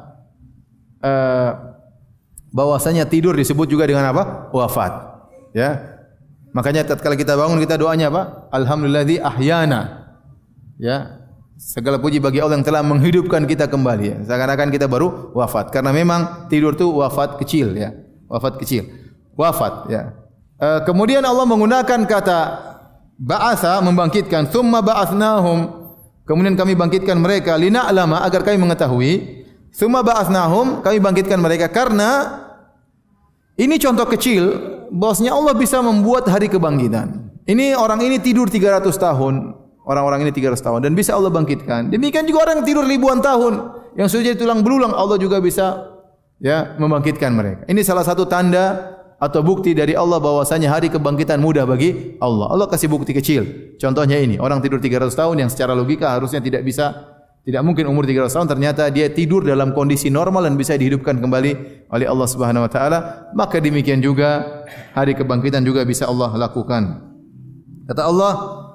Speaker 1: bahwasanya tidur disebut juga dengan apa? Wafat. Ya. Makanya tatkala kita bangun kita doanya apa? Alhamdulilladzi ahyana. Ya. Segala puji bagi Allah yang telah menghidupkan kita kembali. Ya. Seakan-akan kita baru wafat karena memang tidur itu wafat kecil ya. Wafat kecil. Wafat ya. Kemudian Allah menggunakan kata ba'atha membangkitkan, tsumma ba'athnahum. Kemudian kami bangkitkan mereka lina'lama agar kami mengetahui. Tsumma ba'athnahum kami bangkitkan mereka karena ini contoh kecil bahwasanya Allah bisa membuat hari kebangkitan. Ini orang ini tidur 300 tahun. Orang-orang ini 300 tahun dan bisa Allah bangkitkan. Demikian juga orang yang tidur ribuan tahun yang sudah jadi tulang belulang Allah juga bisa ya membangkitkan mereka. Ini salah satu tanda atau bukti dari Allah bahwasanya hari kebangkitan mudah bagi Allah. Allah kasih bukti kecil. Contohnya ini, orang tidur 300 tahun yang secara logika harusnya tidak mungkin umur 300 tahun, ternyata dia tidur dalam kondisi normal dan bisa dihidupkan kembali oleh Allah Subhanahu wa taala. Maka demikian juga hari kebangkitan juga bisa Allah lakukan. Kata Allah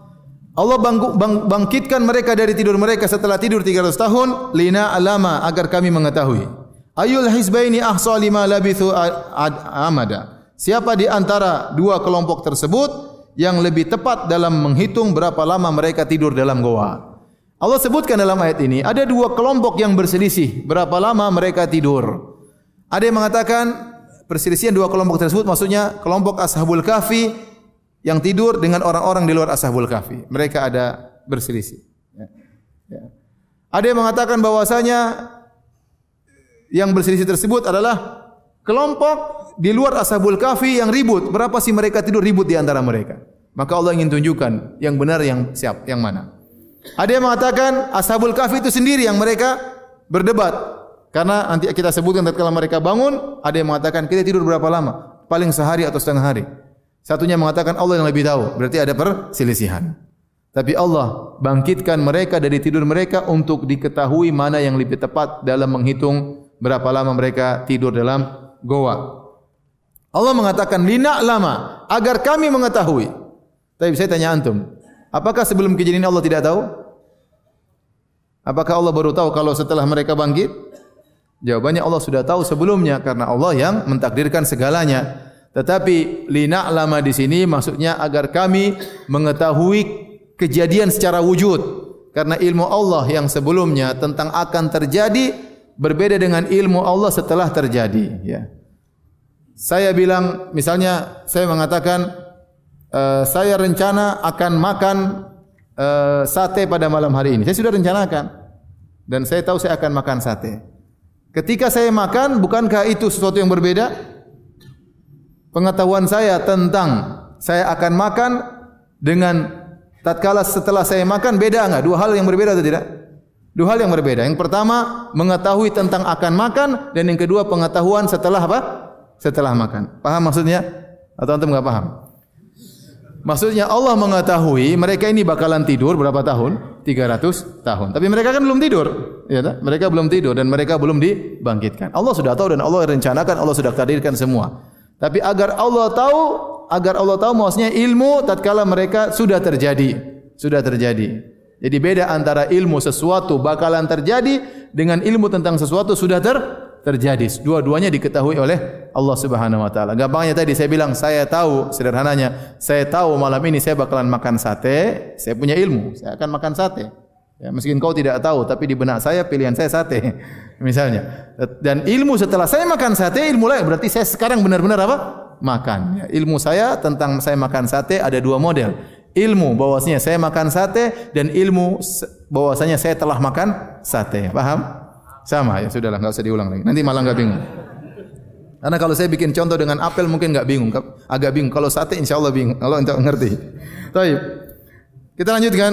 Speaker 1: bangkitkan mereka dari tidur mereka setelah tidur 300 tahun lina alama agar kami mengetahui. Ayul hizbaini ahsa lima labithu amada. Siapa di antara dua kelompok tersebut yang lebih tepat dalam menghitung berapa lama mereka tidur dalam goa? Allah sebutkan dalam ayat ini ada dua kelompok yang berselisih berapa lama mereka tidur. Ada yang mengatakan perselisihan dua kelompok tersebut maksudnya kelompok Ashabul Kahfi yang tidur dengan orang-orang di luar Ashabul Kahfi. Mereka ada berselisih. Ya. Ada yang mengatakan bahwasanya yang berselisih tersebut adalah kelompok di luar Ashabul Kahfi yang ribut. Berapa sih mereka tidur ribut di antara mereka? Maka Allah ingin tunjukkan yang benar yang mana. Ada yang mengatakan Ashabul Kahfi itu sendiri yang mereka berdebat. Karena nanti kita sebutkan tatkala mereka bangun, ada yang mengatakan kita tidur berapa lama? Paling sehari atau setengah hari. Satunya mengatakan Allah yang lebih tahu. Berarti ada perselisihan. Tapi Allah bangkitkan mereka dari tidur mereka untuk diketahui mana yang lebih tepat dalam menghitung berapa lama mereka tidur dalam goa. Allah mengatakan lina lama agar kami mengetahui. Tapi saya tanya antum, apakah sebelum kejadian ini Allah tidak tahu? Apakah Allah baru tahu kalau setelah mereka bangkit? Jawabannya Allah sudah tahu sebelumnya karena Allah yang mentakdirkan segalanya. Tetapi lina lama di sini maksudnya agar kami mengetahui kejadian secara wujud. Karena ilmu Allah yang sebelumnya tentang akan terjadi berbeda dengan ilmu Allah setelah terjadi. Ya. Saya bilang, misalnya saya mengatakan saya rencana akan makan sate pada malam hari ini. Saya sudah rencanakan dan saya tahu saya akan makan sate. Ketika saya makan, bukankah itu sesuatu yang berbeda? Pengetahuan saya tentang saya akan makan dengan tatkala setelah saya makan beda enggak? Dua hal yang berbeda atau tidak? Dua hal yang berbeda. Yang pertama mengetahui tentang akan makan dan yang kedua pengetahuan setelah apa? Setelah makan. Paham maksudnya? Atau antum enggak paham? Maksudnya Allah mengetahui mereka ini bakalan tidur berapa tahun? 300 tahun. Tapi mereka kan belum tidur, ya tak? Mereka belum tidur dan mereka belum dibangkitkan. Allah sudah tahu dan Allah rencanakan, Allah sudah takdirkan semua. Tapi agar Allah tahu maksudnya ilmu tatkala mereka sudah terjadi. Jadi beda antara ilmu sesuatu bakalan terjadi dengan ilmu tentang sesuatu sudah terjadi. Dua-duanya diketahui oleh Allah Subhanahu wa taala. Gampangnya tadi saya bilang saya tahu, sederhananya, saya tahu malam ini saya bakalan makan sate, saya punya ilmu, saya akan makan sate. Ya, meskipun kau tidak tahu, tapi di benak saya pilihan saya sate, misalnya. Dan ilmu setelah saya makan sate, ilmu lain berarti saya sekarang benar-benar apa? Makan. Ya, ilmu saya tentang saya makan sate ada dua model. Ilmu bahwasanya saya makan sate dan ilmu bahwasanya saya telah makan sate. Paham? Sama ya, sudahlah, enggak usah diulang lagi. Nanti malah enggak bingung. Karena kalau saya bikin contoh dengan apel mungkin enggak bingung, agak bingung. Kalau sate insyaallah bingung. Allah ngerti. Baik. Kita lanjutkan.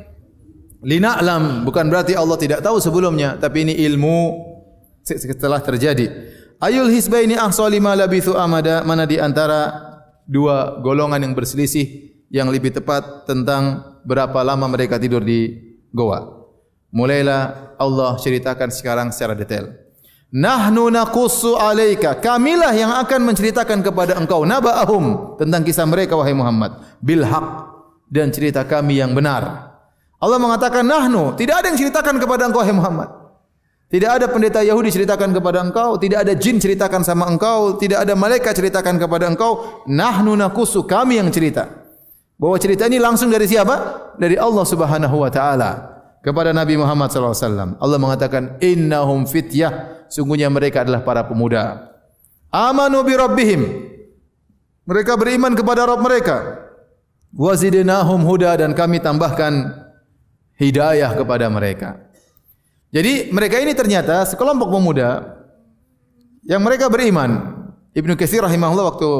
Speaker 1: Lina'lam bukan berarti Allah tidak tahu sebelumnya, tapi ini ilmu setelah terjadi. Ayul hisbaini ahsa lima labithu amada, mana di antara dua golongan yang berselisih yang lebih tepat tentang berapa lama mereka tidur di goa. Mulailah Allah ceritakan sekarang secara detail. Nahnu naqussu alaika, kamilah yang akan menceritakan kepada engkau naba'ahum, tentang kisah mereka wahai Muhammad, bil haq, dan cerita kami yang benar. Allah mengatakan nahnu, tidak ada yang ceritakan kepada engkau wahai Muhammad. Tidak ada pendeta Yahudi ceritakan kepada engkau, tidak ada jin ceritakan sama engkau, tidak ada malaikat ceritakan kepada engkau. Nahnu naqussu, kami yang cerita. Bahwa cerita ini langsung dari siapa? Dari Allah Subhanahu wa taala kepada Nabi Muhammad sallallahu alaihi wasallam. Allah mengatakan innahum fityah, sungguhnya mereka adalah para pemuda. Amanu bi rabbihim, mereka beriman kepada Rabb mereka. Wa zidnahum huda, dan kami tambahkan hidayah kepada mereka. Jadi mereka ini ternyata sekelompok pemuda yang mereka beriman. Ibnu Katsir rahimahullah waktu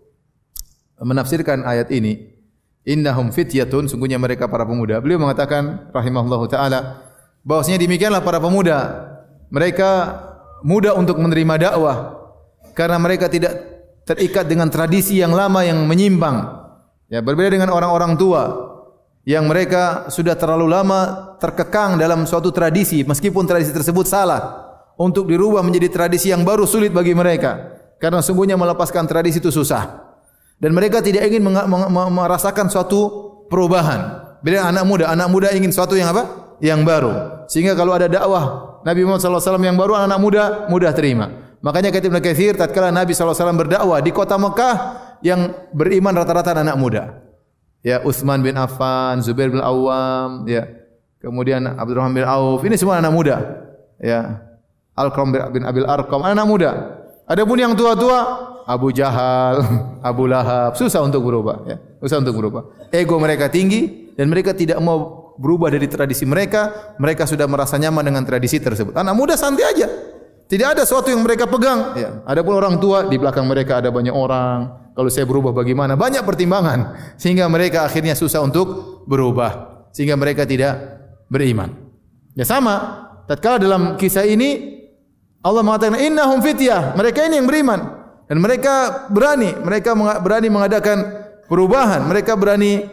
Speaker 1: menafsirkan ayat ini, innahum fityatun, sungguhnya mereka para pemuda. Beliau mengatakan rahimahullahu taala bahwasanya demikianlah para pemuda. Mereka mudah untuk menerima dakwah karena mereka tidak terikat dengan tradisi yang lama yang menyimpang. Ya, berbeda dengan orang-orang tua yang mereka sudah terlalu lama terkekang dalam suatu tradisi, meskipun tradisi tersebut salah, untuk dirubah menjadi tradisi yang baru sulit bagi mereka, karena sungguhnya melepaskan tradisi itu susah, dan mereka tidak ingin merasakan suatu perubahan. Beda anak muda ingin suatu yang apa? Yang baru. Sehingga kalau ada dakwah Nabi Muhammad SAW yang baru, anak muda mudah terima. Makanya kata Ibnu Katsir, tatkala Nabi SAW berdakwah di kota Mekah, yang beriman rata-rata anak muda. Ya, Utsman bin Affan, Zubair bin Awam, ya. Kemudian Abdurrahman bin Auf, ini semua anak muda. Ya. Al-Qam bin Abil Arqam, anak muda. Adapun yang tua-tua, Abu Jahal, Abu Lahab, susah untuk berubah, ya. Susah untuk berubah. Ego mereka tinggi dan mereka tidak mau berubah dari tradisi mereka. Mereka sudah merasa nyaman dengan tradisi tersebut. Anak muda santai aja. Tidak ada sesuatu yang mereka pegang, ya. Adapun orang tua, di belakang mereka ada banyak orang. Kalau saya berubah bagaimana? Banyak pertimbangan. Sehingga mereka akhirnya susah untuk berubah. Sehingga mereka tidak beriman. Ya sama. Tatkala dalam kisah ini, Allah mengatakan, innahum fityah. Mereka ini yang beriman. Dan mereka berani. Mereka berani mengadakan perubahan. Mereka berani,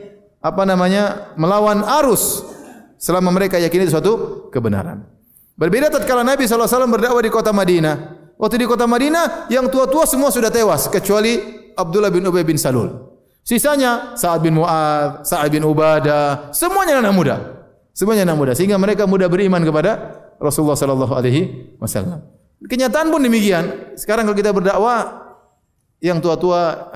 Speaker 1: melawan arus. Selama mereka yakini suatu kebenaran. Berbeda tatkala Nabi SAW berdakwah di kota Madinah. Waktu di kota Madinah, yang tua-tua semua sudah tewas. Kecuali Abdullah bin Ubay bin Salul. Sisanya Sa'ad bin Mu'adz, Sa'ad bin Ubadah, semuanya anak muda. Semuanya anak muda, sehingga mereka mudah beriman kepada Rasulullah sallallahu alaihi wasallam. Kenyataan pun demikian. Sekarang kalau kita berdakwah, yang tua-tua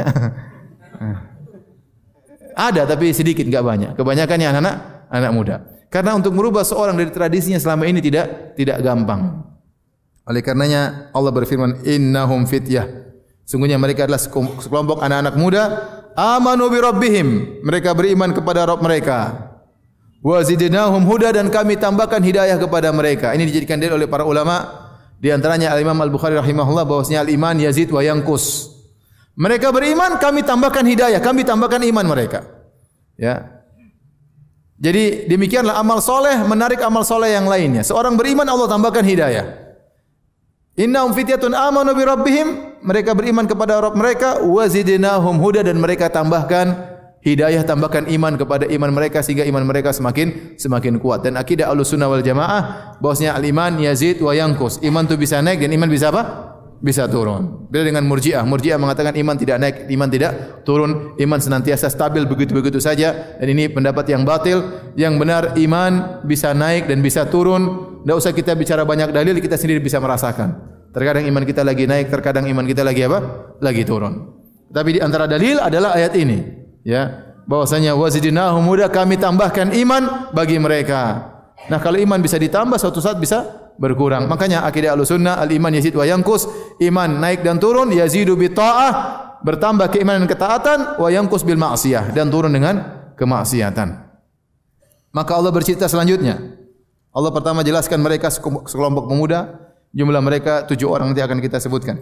Speaker 1: ada tapi sedikit, enggak banyak. Kebanyakan yang anak muda. Karena untuk merubah seorang dari tradisinya selama ini tidak gampang. Oleh karenanya Allah berfirman, innahum fityah. Sungguhnya mereka adalah sekelompok anak-anak muda, amanu bi rabbihim, mereka beriman kepada Rabb mereka. Wa zidnahum huda, dan kami tambahkan hidayah kepada mereka. Ini dijadikan dalil oleh para ulama, di antaranya Al-Imam Al-Bukhari rahimahullah, bahwasanya al-iman yazid wa yanqus. Mereka beriman, kami tambahkan hidayah, kami tambahkan iman mereka. Ya. Jadi demikianlah amal soleh menarik amal soleh yang lainnya. Seorang beriman, Allah tambahkan hidayah. Innahum fityatun amanu bi rabbihim, mereka beriman kepada Rabb mereka, wa zidnahum huda, dan mereka tambahkan hidayah, tambahkan iman kepada iman mereka, sehingga iman mereka semakin kuat. Dan akidah Ahlussunnah wal Jamaah bahwasanya al-iman yazid wa yanqus. Iman itu bisa naik dan iman bisa apa? Bisa turun. Beda dengan Murji'ah. Murji'ah mengatakan iman tidak naik, iman tidak turun, iman senantiasa stabil begitu-begitu saja. Dan ini pendapat yang batil. Yang benar, iman bisa naik dan bisa turun. Tidak usah kita bicara banyak dalil, kita sendiri bisa merasakan. Terkadang iman kita lagi naik, terkadang iman kita lagi apa? Lagi turun. Tapi di antara dalil adalah ayat ini, ya, bahwasanya wazidnahum huda, kami tambahkan iman bagi mereka. Nah, kalau iman bisa ditambah, suatu saat bisa berkurang. Makanya akidah Ahlussunnah, al-iman yazid wa yanqus, iman naik dan turun, yazidu bi ta'ah, bertambah keimanan dan ketaatan, wa yanqus bil ma'siyah, dan turun dengan kemaksiatan. Maka Allah bercerita selanjutnya. Allah pertama jelaskan mereka sekelompok pemuda, jumlah mereka 7 orang nanti akan kita sebutkan.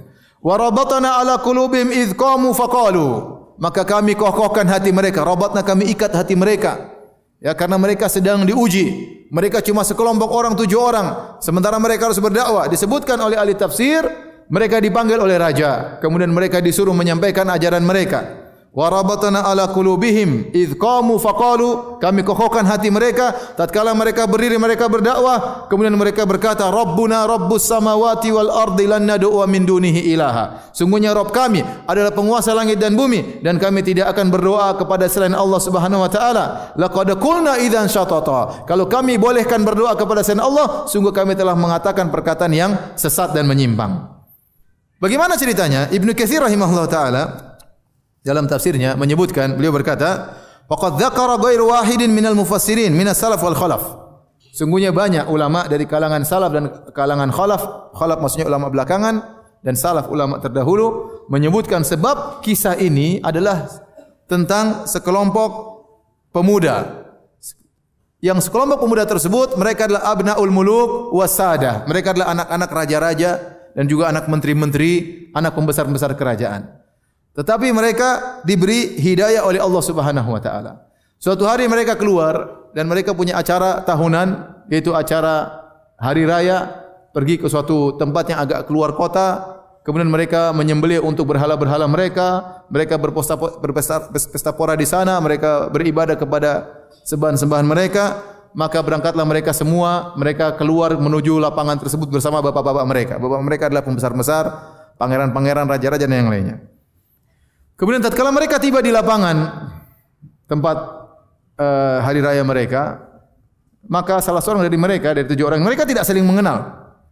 Speaker 1: Wa rabatna ala qulubihim idz qamu faqalu. Maka kami kokohkan hati mereka. Rabatna, kami ikat hati mereka. Ya, karena mereka sedang diuji. Mereka cuma sekelompok orang, 7 orang. Sementara mereka harus berdakwah. Disebutkan oleh ahli tafsir, mereka dipanggil oleh raja. Kemudian mereka disuruh menyampaikan ajaran mereka. Wa rabatna ala qulubihim idz qamu faqalu. Kami kokohkan hati mereka tatkala mereka berdiri, mereka berdakwah, kemudian mereka berkata, Rabbuna Rabbus samawati wal ardi lan nad'u min dunihi ilaha. Sungguhnya Rabb kami adalah penguasa langit dan bumi, dan kami tidak akan berdoa kepada selain Allah Subhanahu wa taala. Laqad qulna idzan syatata. Kalau kami bolehkan berdoa kepada selain Allah, sungguh kami telah mengatakan perkataan yang sesat dan menyimpang. Bagaimana ceritanya? Ibnu Katsir rahimahullah taala dalam tafsirnya menyebutkan, beliau berkata, faqad dzakara ghairu wahidin minal mufassirin minas salaf wal khalaf. Sungguhnya banyak ulama dari kalangan salaf dan kalangan khalaf. Khalaf maksudnya ulama belakangan dan salaf ulama terdahulu menyebutkan sebab kisah ini adalah tentang sekelompok pemuda. Yang sekelompok pemuda tersebut mereka adalah abnaul muluk wasada. Mereka adalah anak-anak raja-raja dan juga anak menteri-menteri, anak pembesar-pembesar kerajaan. Tetapi mereka diberi hidayah oleh Allah Subhanahu wa taala. Suatu hari mereka keluar dan mereka punya acara tahunan, yaitu acara hari raya, pergi ke suatu tempat yang agak keluar kota. Kemudian mereka menyembelih untuk berhala-berhala mereka. Mereka berpesta pora di sana, mereka beribadah kepada sembahan-sembahan mereka. Maka berangkatlah mereka semua, mereka keluar menuju lapangan tersebut bersama bapak-bapak mereka. Bapak mereka adalah pembesar-pembesar, pangeran-pangeran, raja-raja dan yang lainnya. Kemudian tatkala mereka tiba di lapangan tempat hari raya mereka, maka salah seorang dari mereka, dari 7 orang, mereka tidak saling mengenal.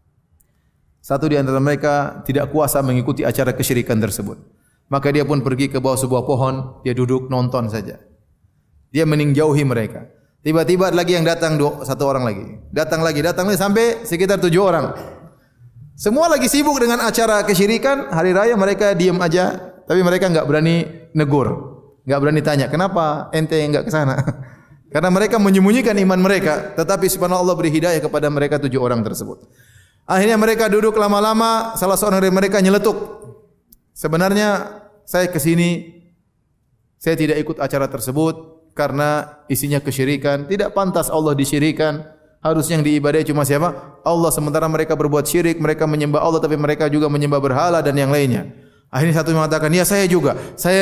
Speaker 1: Satu di antara mereka tidak kuasa mengikuti acara kesyirikan tersebut. Maka dia pun pergi ke bawah sebuah pohon, dia duduk nonton saja. Dia meninjauhi mereka. Tiba-tiba lagi yang datang 1 orang lagi. Datang lagi sampai sekitar 7 orang. Semua lagi sibuk dengan acara kesyirikan, hari raya mereka diam aja. Tapi mereka enggak berani negur, enggak berani tanya, kenapa ente enggak ke sana? Karena mereka menyembunyikan iman mereka, tetapi subhanallah Allah beri hidayah kepada mereka 7 orang tersebut. Akhirnya mereka duduk lama-lama, salah seorang dari mereka nyeletuk. Sebenarnya saya ke sini, saya tidak ikut acara tersebut karena isinya kesyirikan, tidak pantas Allah disyirikan. Harusnya yang diibadahi cuma siapa? Allah, sementara mereka berbuat syirik, mereka menyembah Allah tapi mereka juga menyembah berhala dan yang lainnya. Akhirnya satu mengatakan, ya saya juga.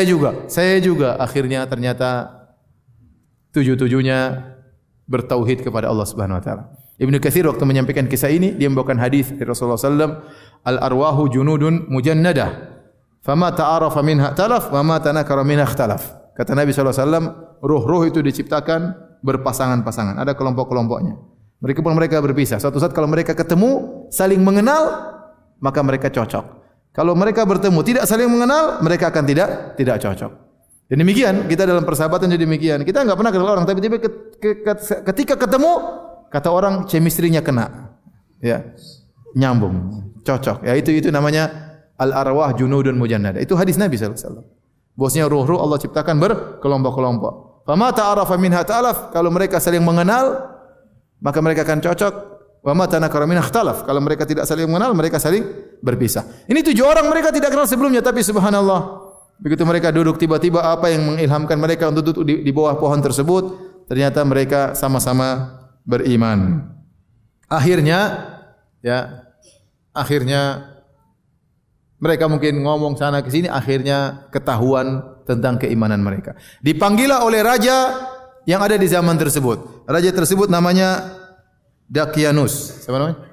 Speaker 1: Akhirnya ternyata 7-7-nya bertauhid kepada Allah Subhanahu wa taala. Ibnu Katsir waktu menyampaikan kisah ini, dia membawakan hadis dari Rasulullah sallallahu alaihi wasallam, al-arwahu junudun mujannadah. Fama ta'arafa minha talaf wa ma tanakara minha ikhtalaf. Kata Nabi sallallahu alaihi wasallam, ruh-ruh itu diciptakan berpasangan-pasangan, ada kelompok-kelompoknya. Mereka berpisah. Suatu saat kalau mereka ketemu, saling mengenal, maka mereka cocok. Kalau mereka bertemu tidak saling mengenal, mereka akan tidak cocok. Dan demikian kita dalam persahabatan jadi demikian. Kita enggak pernah kenal orang, tapi ketika ketemu, kata orang chemistry-nya kena. Ya. Nyambung, cocok. Ya itu namanya al-arwah junudun mujannada. Itu hadis Nabi sallallahu alaihi wasallam. Bosnya ruh-ruh Allah ciptakan berkelompok-kelompok. Fama ta'arafa minha ta'alaf. Kalau mereka saling mengenal, maka mereka akan cocok. Wa ma tanakara min ikhtalaf. Kalau mereka tidak saling mengenal, mereka saling berpisah. Ini 7 orang mereka tidak kenal sebelumnya, tapi subhanallah, begitu mereka duduk, tiba-tiba apa yang mengilhamkan mereka untuk duduk di bawah pohon tersebut, ternyata mereka sama-sama beriman. Akhirnya mereka mungkin ngomong sana ke sini, akhirnya ketahuan tentang keimanan mereka. Dipanggillah oleh raja yang ada di zaman tersebut. Raja tersebut namanya Dakyanus. Siapa namanya?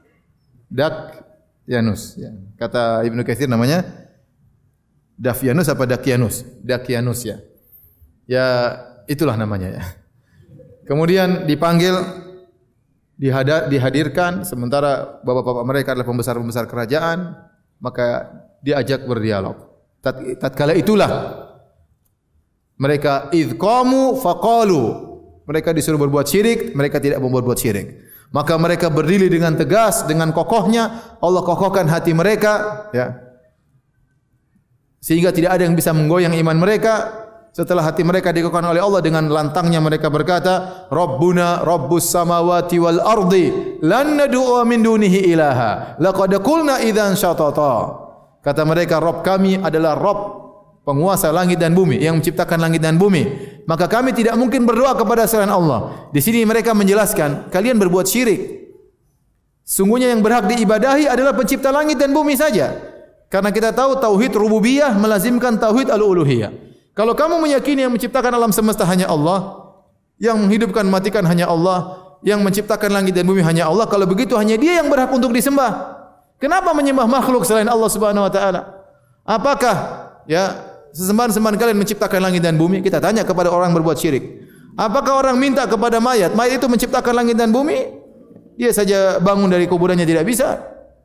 Speaker 1: Dakyanus. Ya. Kata Ibnu Katsir namanya Dafyanus apa Dakyanus? Dakyanus ya. Ya itulah namanya ya. Kemudian dipanggil, dihadirkan, sementara bapak-bapak mereka adalah pembesar-pembesar kerajaan, maka diajak berdialog. Tatkala itulah mereka idqamu faqalu. Mereka disuruh berbuat syirik, mereka tidak mau berbuat syirik. Maka mereka berdiri dengan tegas, dengan kokohnya, Allah kokohkan hati mereka, ya. Sehingga tidak ada yang bisa menggoyang iman mereka. Setelah hati mereka dikokohkan oleh Allah, dengan lantangnya mereka berkata, Rabbuna Rabbus samawati wal ardi lan nad'u min dunihi ilaha laqad qulna idzan syatata. Kata mereka, Rabb kami adalah Rabb penguasa langit dan bumi, yang menciptakan langit dan bumi. Maka kami tidak mungkin berdoa kepada selain Allah. Di sini mereka menjelaskan, kalian berbuat syirik. Sungguhnya yang berhak diibadahi adalah pencipta langit dan bumi saja. Karena kita tahu tauhid rububiyah melazimkan tauhid al-uluhiyah. Kalau kamu meyakini yang menciptakan alam semesta hanya Allah, yang menghidupkan matikan hanya Allah, yang menciptakan langit dan bumi hanya Allah, kalau begitu hanya Dia yang berhak untuk disembah. Kenapa menyembah makhluk selain Allah Subhanahu wa taala? Apakah sesembahan-sembahan kalian menciptakan langit dan bumi? Kita tanya kepada orang berbuat syirik. Apakah orang minta kepada mayat? Mayat itu menciptakan langit dan bumi? Dia saja bangun dari kuburannya tidak bisa.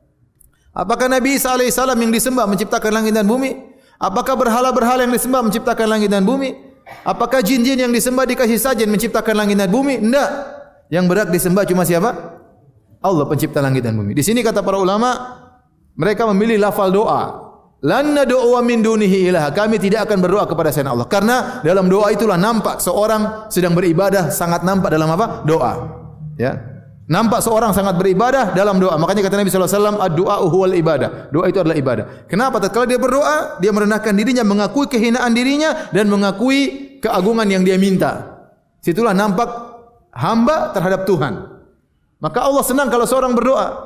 Speaker 1: Apakah Nabi Isa alaihissalam yang disembah menciptakan langit dan bumi? Apakah berhala-berhala yang disembah menciptakan langit dan bumi? Apakah jin-jin yang disembah dikasih sajen menciptakan langit dan bumi? Tidak. Yang berhak disembah cuma siapa? Allah pencipta langit dan bumi. Di sini kata para ulama, mereka memilih lafal doa. Lan nad'u min dunihi ilaha. Kami tidak akan berdoa kepada selain Allah. Karena dalam doa itulah nampak seorang sedang beribadah, sangat nampak dalam apa? Doa. Ya. Nampak seorang sangat beribadah dalam doa. Makanya kata Nabi sallallahu alaihi wasallam, ad-du'a huwal ibadah. Doa itu adalah ibadah. Kenapa? Tatkala dia berdoa, dia merendahkan dirinya, mengakui kehinaan dirinya dan mengakui keagungan yang dia minta. Situlah nampak hamba terhadap Tuhan. Maka Allah senang kalau seorang berdoa.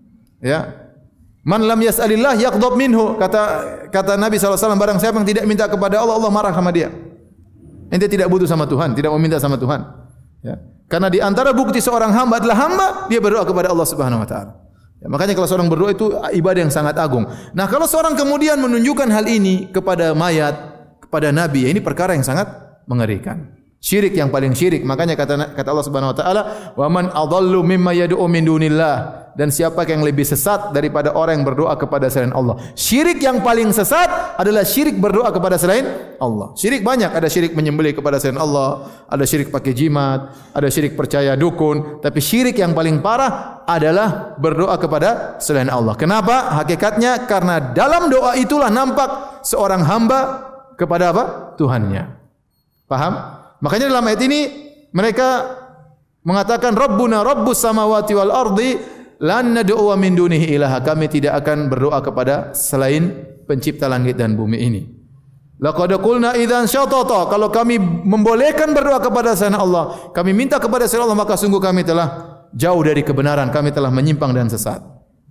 Speaker 1: Ya. Man lam yas'alillah yaghdab minhu. Kata Nabi SAW, barang siapa yang tidak minta kepada Allah, Allah marah sama dia. Ente tidak butuh sama Tuhan, tidak mau minta sama Tuhan. Ya. Karena di antara bukti seorang hamba adalah hamba, dia berdoa kepada Allah Subhanahu wa taala. Ya, makanya kalau seorang berdoa itu ibadah yang sangat agung. Nah, kalau seorang kemudian menunjukkan hal ini kepada mayat, kepada nabi, ya ini perkara yang sangat mengerikan. Syirik yang paling syirik. Makanya kata Allah Subhanahu wa taala, "Wa man adallu mimma yad'u min dunillah." Dan siapa yang lebih sesat daripada orang yang berdoa kepada selain Allah? Syirik yang paling sesat adalah syirik berdoa kepada selain Allah. Syirik banyak, ada syirik menyembelih kepada selain Allah, ada syirik pakai jimat, ada syirik percaya dukun, tapi syirik yang paling parah adalah berdoa kepada selain Allah. Kenapa? Hakikatnya karena dalam doa itulah nampak seorang hamba kepada apa? Tuhannya. Paham? Makanya dalam ayat ini mereka mengatakan Rabbuna Rabbus samawati wal ardi lan nad'u min dunihi ilaha. Kami tidak akan berdoa kepada selain pencipta langit dan bumi ini. Laqad qulna idzan syatata. Kalau kami membolehkan berdoa kepada selain Allah, kami minta kepada selain Allah, maka sungguh kami telah jauh dari kebenaran, kami telah menyimpang dan sesat.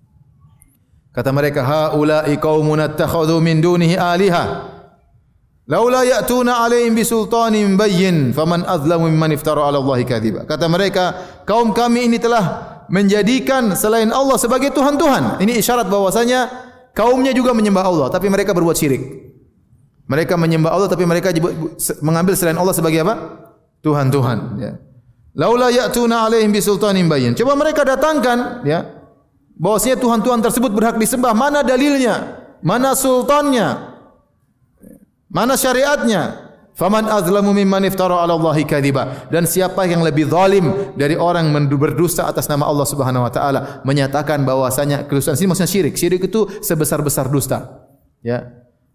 Speaker 1: Kata mereka, haula'i qaumun attakhadhu min dunihi aliha. Laula ya'tuna 'alaihim bisultanin bayyin faman azlamu mimman iftara 'ala Allahi kadziba. Kata mereka, kaum kami ini telah menjadikan selain Allah sebagai tuhan-tuhan. Ini isyarat bahwasanya kaumnya juga menyembah Allah, tapi mereka berbuat syirik. Mereka menyembah Allah, tapi mereka mengambil selain Allah sebagai apa? Tuhan-tuhan. Ya. Laula ya'tuna 'alaihim bisultanin bayyin. Coba mereka datangkan, ya, bahwasanya tuhan-tuhan tersebut berhak disembah. Mana dalilnya? Mana sultannya? Mana syariatnya? Faman azlamu mimman iftara 'ala Allahi kadziba. Dan siapa yang lebih zalim dari orang berdusta atas nama Allah Subhanahu wa taala, menyatakan bahwasanya kedustaan ini maksudnya syirik. Syirik itu sebesar-besar dusta. Ya.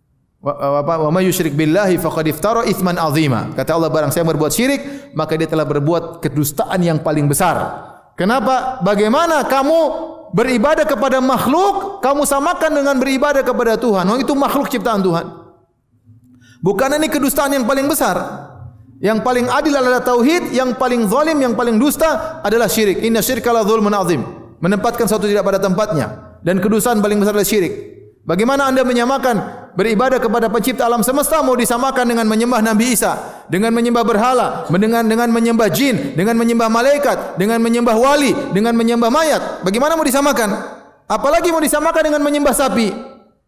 Speaker 1: Wa may yusyrik billahi faqad iftara itsman 'azima. Kata Allah, barang siapa berbuat syirik, maka dia telah berbuat kedustaan yang paling besar. Kenapa? Bagaimana kamu beribadah kepada makhluk, kamu samakan dengan beribadah kepada Tuhan? Oh, itu makhluk ciptaan Tuhan. Bukan ini kedustaan yang paling besar. Yang paling adil adalah tauhid, yang paling zalim, yang paling dusta adalah syirik. Inna syirka la dzulmun azim. Menempatkan sesuatu tidak pada tempatnya, dan kedustaan paling besar adalah syirik. Bagaimana Anda menyamakan beribadah kepada pencipta alam semesta mau disamakan dengan menyembah Nabi Isa, dengan menyembah berhala, dengan menyembah jin, dengan menyembah malaikat, dengan menyembah wali, dengan menyembah mayat? Bagaimana mau disamakan? Apalagi mau disamakan dengan menyembah sapi?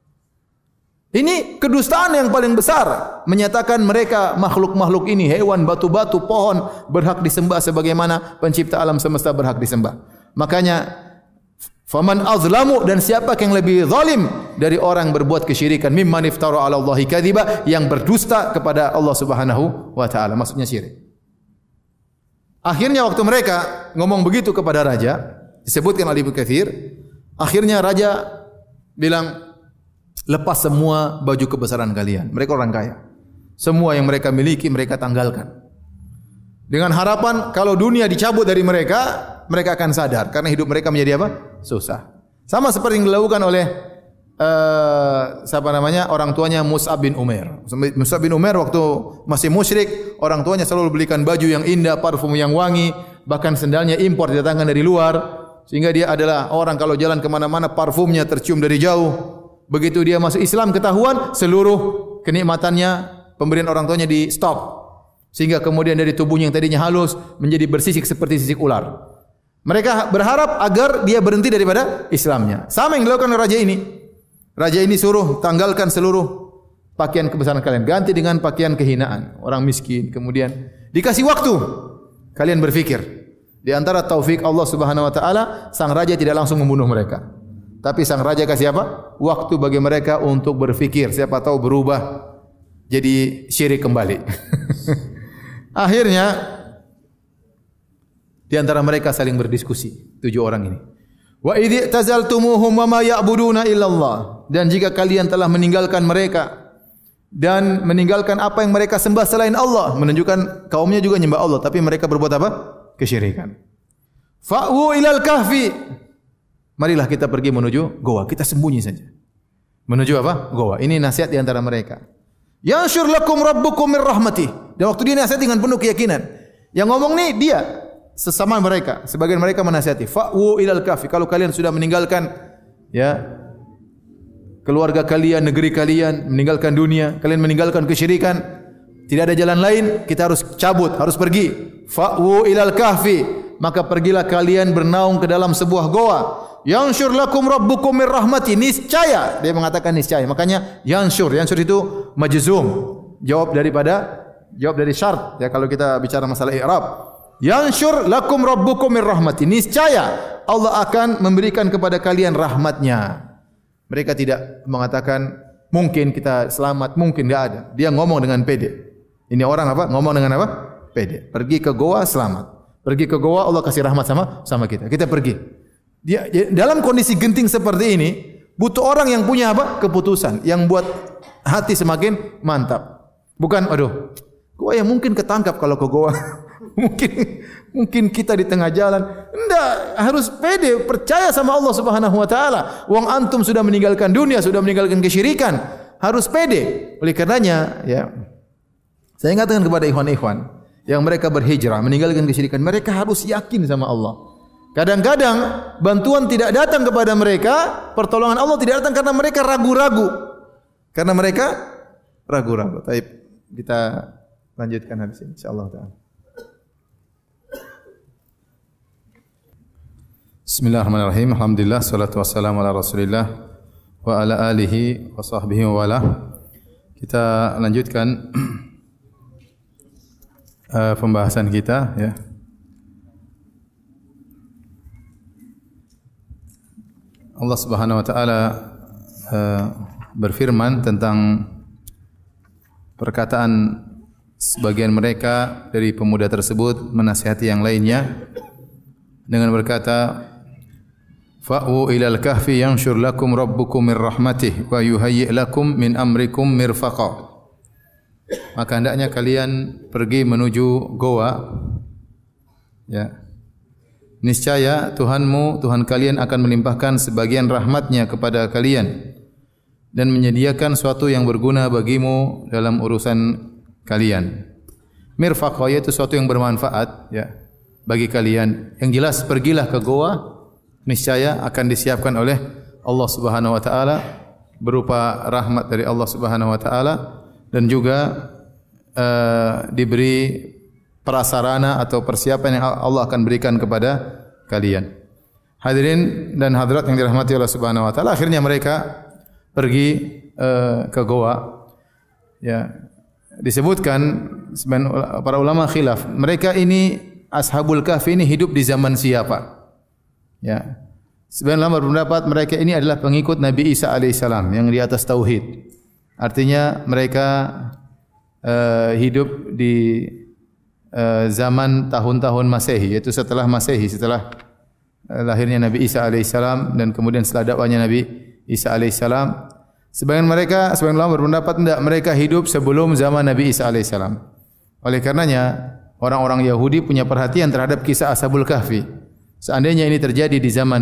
Speaker 1: Ini kedustaan yang paling besar, menyatakan mereka makhluk-makhluk ini, hewan, batu-batu, pohon berhak disembah sebagaimana pencipta alam semesta berhak disembah. Makanya faman azlamu, dan siapa yang lebih zalim dari orang berbuat kesyirikan, mimman iftara 'ala Allahi kadziba, yang berdusta kepada Allah Subhanahu wa taala, maksudnya syirik. Akhirnya waktu mereka ngomong begitu kepada raja, disebutkan oleh Ibnu Katsir, akhirnya raja bilang, lepas semua baju kebesaran kalian. Mereka orang kaya. Semua yang mereka miliki mereka tanggalkan. Dengan harapan kalau dunia dicabut dari mereka, mereka akan sadar karena hidup mereka menjadi apa? Susah. Sama seperti yang dilakukan oleh siapa namanya? Orang tuanya Mus'ab bin Umair. Mus'ab bin Umair waktu masih musyrik, orang tuanya selalu belikan baju yang indah, parfum yang wangi, bahkan sendalnya impor didatangkan dari luar, sehingga dia adalah orang kalau jalan kemana-mana parfumnya tercium dari jauh. Begitu dia masuk Islam ketahuan, seluruh kenikmatannya pemberian orang tuanya di stop, sehingga kemudian dari tubuhnya yang tadinya halus menjadi bersisik seperti sisik ular. Mereka berharap agar dia berhenti daripada Islamnya. Sama yang dilakukan oleh raja ini. Raja ini suruh tanggalkan seluruh pakaian kebesaran kalian, ganti dengan pakaian kehinaan orang miskin. Kemudian dikasih waktu, kalian berfikir. Di antara taufik Allah Subhanahu wa taala, sang raja tidak langsung membunuh mereka. Tapi sang raja kasih apa? Waktu bagi mereka untuk berfikir, siapa tahu berubah jadi syirik kembali. Akhirnya di antara mereka saling berdiskusi, 7 orang ini. Wa idh tazaltumuhum wa ma ya'buduna illallah. Dan jika kalian telah meninggalkan mereka dan meninggalkan apa yang mereka sembah selain Allah, menunjukkan kaumnya juga nyembah Allah, tapi mereka berbuat apa? Kesyirikan. Fa'wu ilal kahfi. Marilah kita pergi menuju goa, kita sembunyi saja. Menuju apa? Goa. Ini nasihat di antara mereka. Yansyur lakum rabbukum mir rahmatih. Dan waktu dia nasihat dengan penuh keyakinan. Yang ngomong nih dia sesama mereka, sebagian mereka menasihati, fa'wu ilal kahfi, kalau kalian sudah meninggalkan ya keluarga kalian, negeri kalian, meninggalkan dunia, kalian meninggalkan kesyirikan, tidak ada jalan lain, kita harus cabut, harus pergi. Fa'wu ilal kahfi, maka pergilah kalian bernaung ke dalam sebuah goa. Yansyur lakum rabbukum mir rahmati, niscaya, dia mengatakan niscaya. Makanya yansyur itu majzum, jawab dari syarat ya kalau kita bicara masalah i'rab. Yansyur lakum rabbukum mir rahmati, niscaya Allah akan memberikan kepada kalian rahmatnya. Mereka tidak mengatakan mungkin kita selamat, mungkin enggak ada. Dia ngomong dengan pede. Ini orang apa? Ngomong dengan apa? Pede. Pergi ke goa selamat. Pergi ke goa Allah kasih rahmat sama kita. Kita pergi. Dia dalam kondisi genting seperti ini butuh orang yang punya apa? Keputusan, yang buat hati semakin mantap. Bukan aduh, goa yang mungkin ketangkap kalau ke goa. Mungkin kita di tengah jalan. Enggak, harus pede, percaya sama Allah Subhanahu wa taala. Wong antum sudah meninggalkan dunia, sudah meninggalkan kesyirikan, harus pede. Oleh karenanya, ya. Saya ingatkan kepada ikhwan-ikhwan yang mereka berhijrah, meninggalkan kesyirikan, mereka harus yakin sama Allah. Kadang-kadang bantuan tidak datang kepada mereka, pertolongan Allah tidak datang karena mereka ragu-ragu. Baik, kita lanjutkan habis ini insyaallah taala. Bismillahirrahmanirrahim. Alhamdulillah, salatu wassalamu ala Rasulillah wa ala alihi wa sahbihi wa wala. Kita lanjutkan pembahasan kita ya. Allah Subhanahu wa taala berfirman tentang perkataan sebagian mereka dari pemuda tersebut menasihati yang lainnya dengan berkata, fa'u ilal kahfi yanshur lakum rabbukum mir rahmatih wa yuhayyi' lakum min amrikum mirfaqa. Maka hendaknya kalian pergi menuju goa ya. Niscaya Tuhanmu, Tuhan kalian akan melimpahkan sebagian rahmatnya kepada kalian dan menyediakan suatu yang berguna bagimu dalam urusan kalian. Mirfaqa yaitu suatu yang bermanfaat ya bagi kalian. Yang jelas pergilah ke goa, niscaya akan disiapkan oleh Allah Subhanahu wa taala berupa rahmat dari Allah Subhanahu wa taala dan juga diberi prasarana atau persiapan yang Allah akan berikan kepada kalian. Hadirin dan hadirat yang dirahmati Allah Subhanahu wa taala, akhirnya mereka pergi ke goa. Ya, disebutkan para ulama khilaf, mereka ini Ashabul Kahfi ini hidup di zaman siapa? Ya. Sebagian ulama berpendapat mereka ini adalah pengikut Nabi Isa alaihissalam yang di atas tauhid. Artinya mereka hidup di zaman tahun-tahun Masehi, yaitu setelah Masehi, setelah lahirnya Nabi Isa alaihissalam dan kemudian setelah dakwahnya Nabi Isa alaihissalam. Sebagian ulama berpendapat tidak, mereka hidup sebelum zaman Nabi Isa alaihissalam. Oleh karenanya orang-orang Yahudi punya perhatian terhadap kisah Ashabul Kahfi. Seandainya ini terjadi di zaman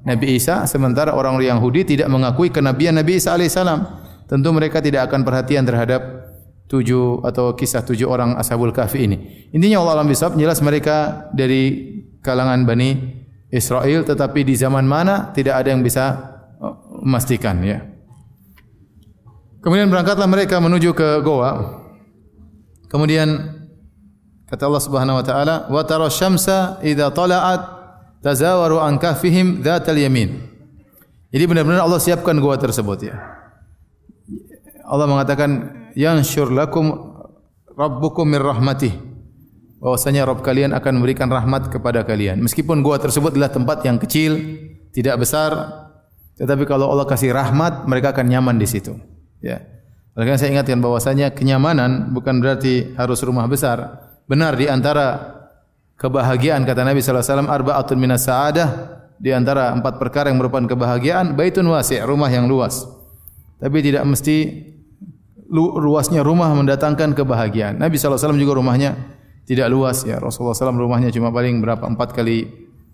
Speaker 1: Nabi Isa, sementara orang-orang Yahudi tidak mengakui kenabian Nabi Isa alaihissalam. Tentu mereka tidak akan perhatian terhadap 7 atau kisah 7 orang Ashabul Kahfi ini. Intinya Allah alam bisawab, jelas mereka dari kalangan Bani Israel, tetapi di zaman mana tidak ada yang bisa memastikan, ya. Kemudian berangkatlah mereka menuju ke goa. Kemudian kata Allah Subhanahu wa taala, "Wa tara syamsa idza tala'at tazawaru an kahfihim dzatal yamin." Jadi benar-benar Allah siapkan goa tersebut, ya. Allah mengatakan, "Yansyur lakum rabbukum mir rahmatih." Bahwasanya Rabb kalian akan memberikan rahmat kepada kalian. Meskipun goa tersebut adalah tempat yang kecil, tidak besar, tetapi kalau Allah kasih rahmat, mereka akan nyaman di situ. Ya. Oleh karena saya ingatkan bahwasanya kenyamanan bukan berarti harus rumah besar. Benar, di antara kebahagiaan kata Nabi sallallahu alaihi wasallam, arba'atun minas sa'adah, di antara 4 perkara yang merupakan kebahagiaan, baitun wasi', rumah yang luas. Tapi tidak mesti luasnya rumah mendatangkan kebahagiaan. Nabi sallallahu alaihi wasallam juga rumahnya tidak luas, ya. Rasulullah SAW rumahnya cuma paling berapa? 4 kali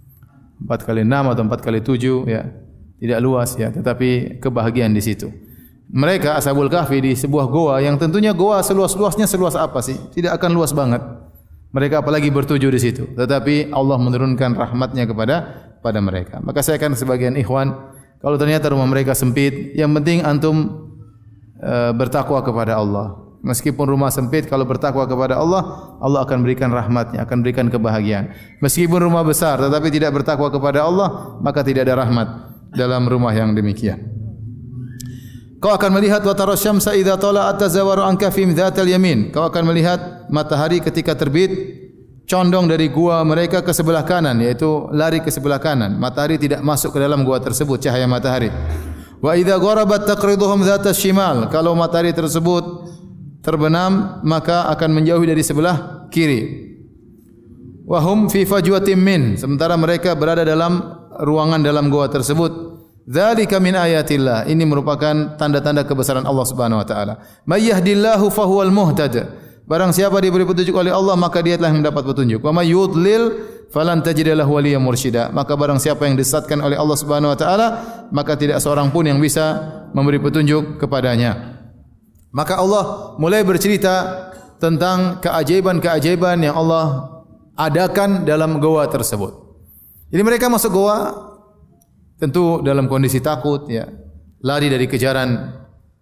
Speaker 1: 6 atau 4 kali 7, ya. Tidak luas, ya, tetapi kebahagiaan di situ. Mereka Ashabul Kahfi di sebuah goa yang tentunya goa seluas-luasnya seluas apa sih? Tidak akan luas banget. Mereka apalagi bertujuh di situ. Tetapi Allah menurunkan rahmatnya kepada mereka. Maka saya akan sebagian ikhwan, kalau ternyata rumah mereka sempit, yang penting antum bertakwa kepada Allah. Meskipun rumah sempit, kalau bertakwa kepada Allah, Allah akan berikan rahmatnya, akan berikan kebahagiaan. Meskipun rumah besar, tetapi tidak bertakwa kepada Allah, maka tidak ada rahmat dalam rumah yang demikian. Kau akan melihat wa tara syamsa idza tala'at tazawaru an kafim dzatal yamin. Kau akan melihat matahari ketika terbit condong dari gua mereka ke sebelah kanan, yaitu lari ke sebelah kanan. Matahari tidak masuk ke dalam gua tersebut, cahaya matahari. Wa idza gharabat taqriduhum dzatas shimal. Kalau matahari tersebut terbenam, maka akan menjauhi dari sebelah kiri. Wa hum fi fajwatin min. Sementara mereka berada dalam ruangan dalam gua tersebut. Dzalika min ayatillah. Ini merupakan tanda-tanda kebesaran Allah Subhanahu wa taala. May yahdillahu fahuwal muhtad. Barang siapa diberi petunjuk oleh Allah, maka dia telah mendapat petunjuk. Wa may yudlil falan tajid lahu waliyyan mursyida. Maka barang siapa yang disesatkan oleh Allah Subhanahu wa taala, maka tidak seorang pun yang bisa memberi petunjuk kepadanya. Maka Allah mulai bercerita tentang keajaiban-keajaiban yang Allah adakan dalam goa tersebut. Jadi mereka masuk goa tentu dalam kondisi takut, ya, lari dari kejaran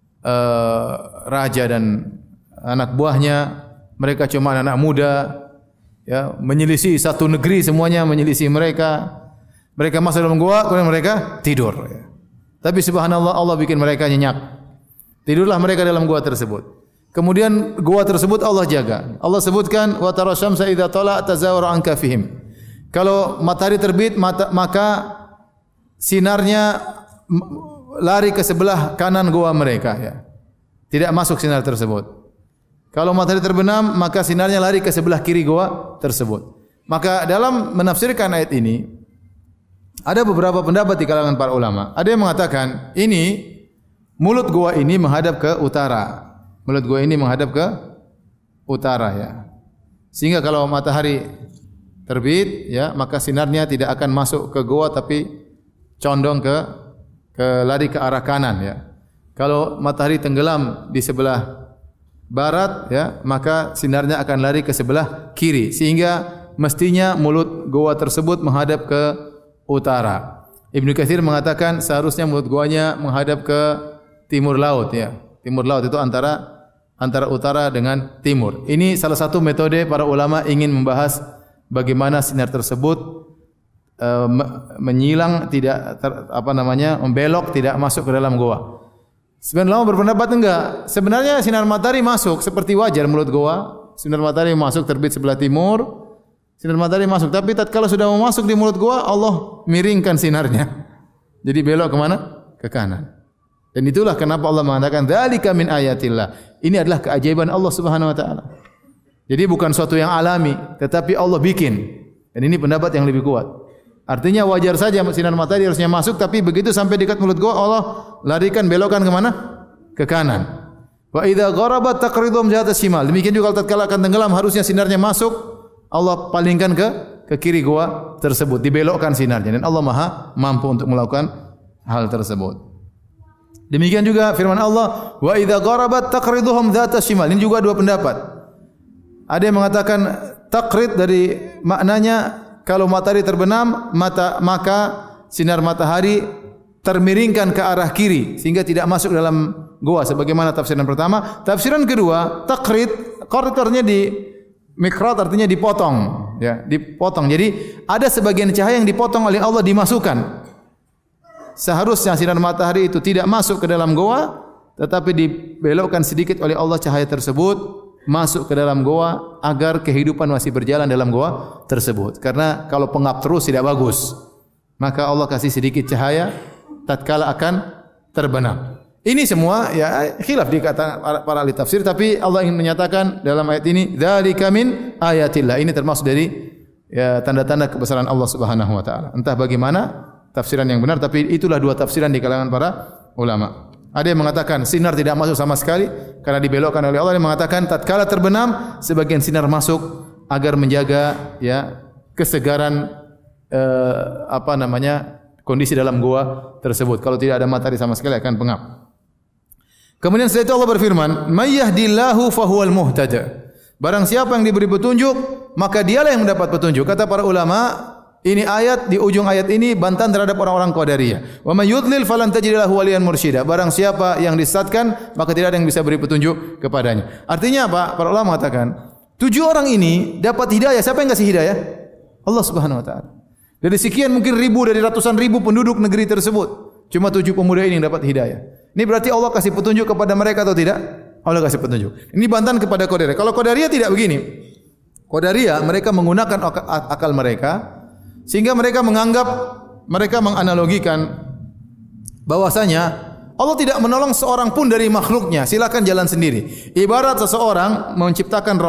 Speaker 1: raja dan anak buahnya. Mereka cuma anak muda, ya, menyelisih satu negeri, semuanya menyelisih mereka. Mereka masuk dalam gua, kemudian mereka tidur, ya. Tapi subhanallah, Allah bikin mereka nyenyak. Tidurlah mereka dalam gua tersebut. Kemudian gua tersebut Allah jaga. Allah sebutkan wa tara syamsa idza tala'at tazawwaru an kafihim. Kalau matahari terbit, maka sinarnya lari ke sebelah kanan gua mereka, ya. Tidak masuk sinar tersebut. Kalau matahari terbenam, maka sinarnya lari ke sebelah kiri gua tersebut. Maka dalam menafsirkan ayat ini ada beberapa pendapat di kalangan para ulama. Ada yang mengatakan ini mulut gua ini menghadap ke utara. Mulut gua ini menghadap ke utara, ya. Sehingga kalau matahari terbit, ya, maka sinarnya tidak akan masuk ke gua tapi condong ke lari ke arah kanan, ya. Kalau matahari tenggelam di sebelah barat, ya, maka sinarnya akan lari ke sebelah kiri, sehingga mestinya mulut goa tersebut menghadap ke utara. Ibnu Katsir mengatakan seharusnya mulut goanya menghadap ke timur laut, ya. Timur laut itu antara utara dengan timur. Ini salah satu metode para ulama ingin membahas bagaimana sinar tersebut menyilang, tidak membelok, tidak masuk ke dalam goa. Sebenarnya ulama berpendapat enggak. Sebenarnya sinar matahari masuk seperti wajar mulut goa. Sinar matahari masuk terbit sebelah timur, sinar matahari masuk. Tapi tatkala sudah mau masuk di mulut goa, Allah miringkan sinarnya. Jadi belok ke mana? Ke kanan. Dan itulah kenapa Allah mengatakan dzalika min ayatillah. Ini adalah keajaiban Allah Subhanahu wa taala. Jadi bukan suatu yang alami, tetapi Allah bikin. Dan ini pendapat yang lebih kuat. Artinya wajar saja sinar matahari harusnya masuk, tapi begitu sampai dekat mulut gua, Allah larikan, belokkan ke mana? Ke kanan. Wa idza gharabat taqridum jihad shimal. Demikian juga kalau tatkala akan tenggelam, harusnya sinarnya masuk, Allah palingkan ke ke kiri gua tersebut, dibelokkan sinarnya, dan Allah Maha mampu untuk melakukan hal tersebut. Demikian juga firman Allah, wa idza gharabat taqriduhum dzata shimal. Ini juga dua pendapat. Ada yang mengatakan taqrid dari maknanya kalau matahari terbenam, maka sinar matahari termiringkan ke arah kiri sehingga tidak masuk dalam gua, sebagaimana tafsiran pertama. Tafsiran kedua, taqrid, qard artinya mikrat artinya dipotong, ya, dipotong. Jadi ada sebagian cahaya yang dipotong oleh Allah dimasukkan. Seharusnya sinar matahari itu tidak masuk ke dalam goa, tetapi dibelokkan sedikit oleh Allah cahaya tersebut masuk ke dalam goa agar kehidupan masih berjalan dalam goa tersebut. Karena kalau pengap terus tidak bagus. Maka Allah kasih sedikit cahaya tatkala akan terbenam. Ini semua ya khilaf di kata para ahli tafsir, tapi Allah ingin menyatakan dalam ayat ini dzalika min ayatillah. Ini termasuk dari ya tanda-tanda kebesaran Allah Subhanahu wa taala. Entah bagaimana tafsiran yang benar, tapi itulah dua tafsiran di kalangan para ulama. Ada yang mengatakan sinar tidak masuk sama sekali karena dibelokkan oleh Allah. Yang mengatakan tatkala terbenam sebagian sinar masuk agar menjaga ya kesegaran kondisi dalam gua tersebut. Kalau tidak ada matahari sama sekali akan pengap. Kemudian setelah itu Allah berfirman, "May yahdillahu fahuwal muhtada." Barang siapa yang diberi petunjuk, maka dialah yang mendapat petunjuk. Kata para ulama, ini ayat, di ujung ayat ini bantahan terhadap orang-orang Qadariyah. Wa may yudlil falan tajid lahu waliyan mursyida. Barang siapa yang disesatkan, maka tidak ada yang bisa beri petunjuk kepadanya. Artinya apa? Para ulama mengatakan, 7 orang ini dapat hidayah. Siapa yang kasih hidayah? Allah Subhanahu wa taala. Dari sekian mungkin dari ratusan ribu penduduk negeri tersebut, cuma 7 pemuda ini yang dapat hidayah. Ini berarti Allah kasih petunjuk kepada mereka atau tidak? Allah kasih petunjuk. Ini bantahan kepada Qadariyah. Kalau Qadariyah tidak begini. Qadariyah mereka menggunakan akal mereka sehingga mereka menganalogikan bahwasanya Allah tidak menolong seorang pun dari makhluknya. Silakan jalan sendiri. Ibarat seseorang menciptakan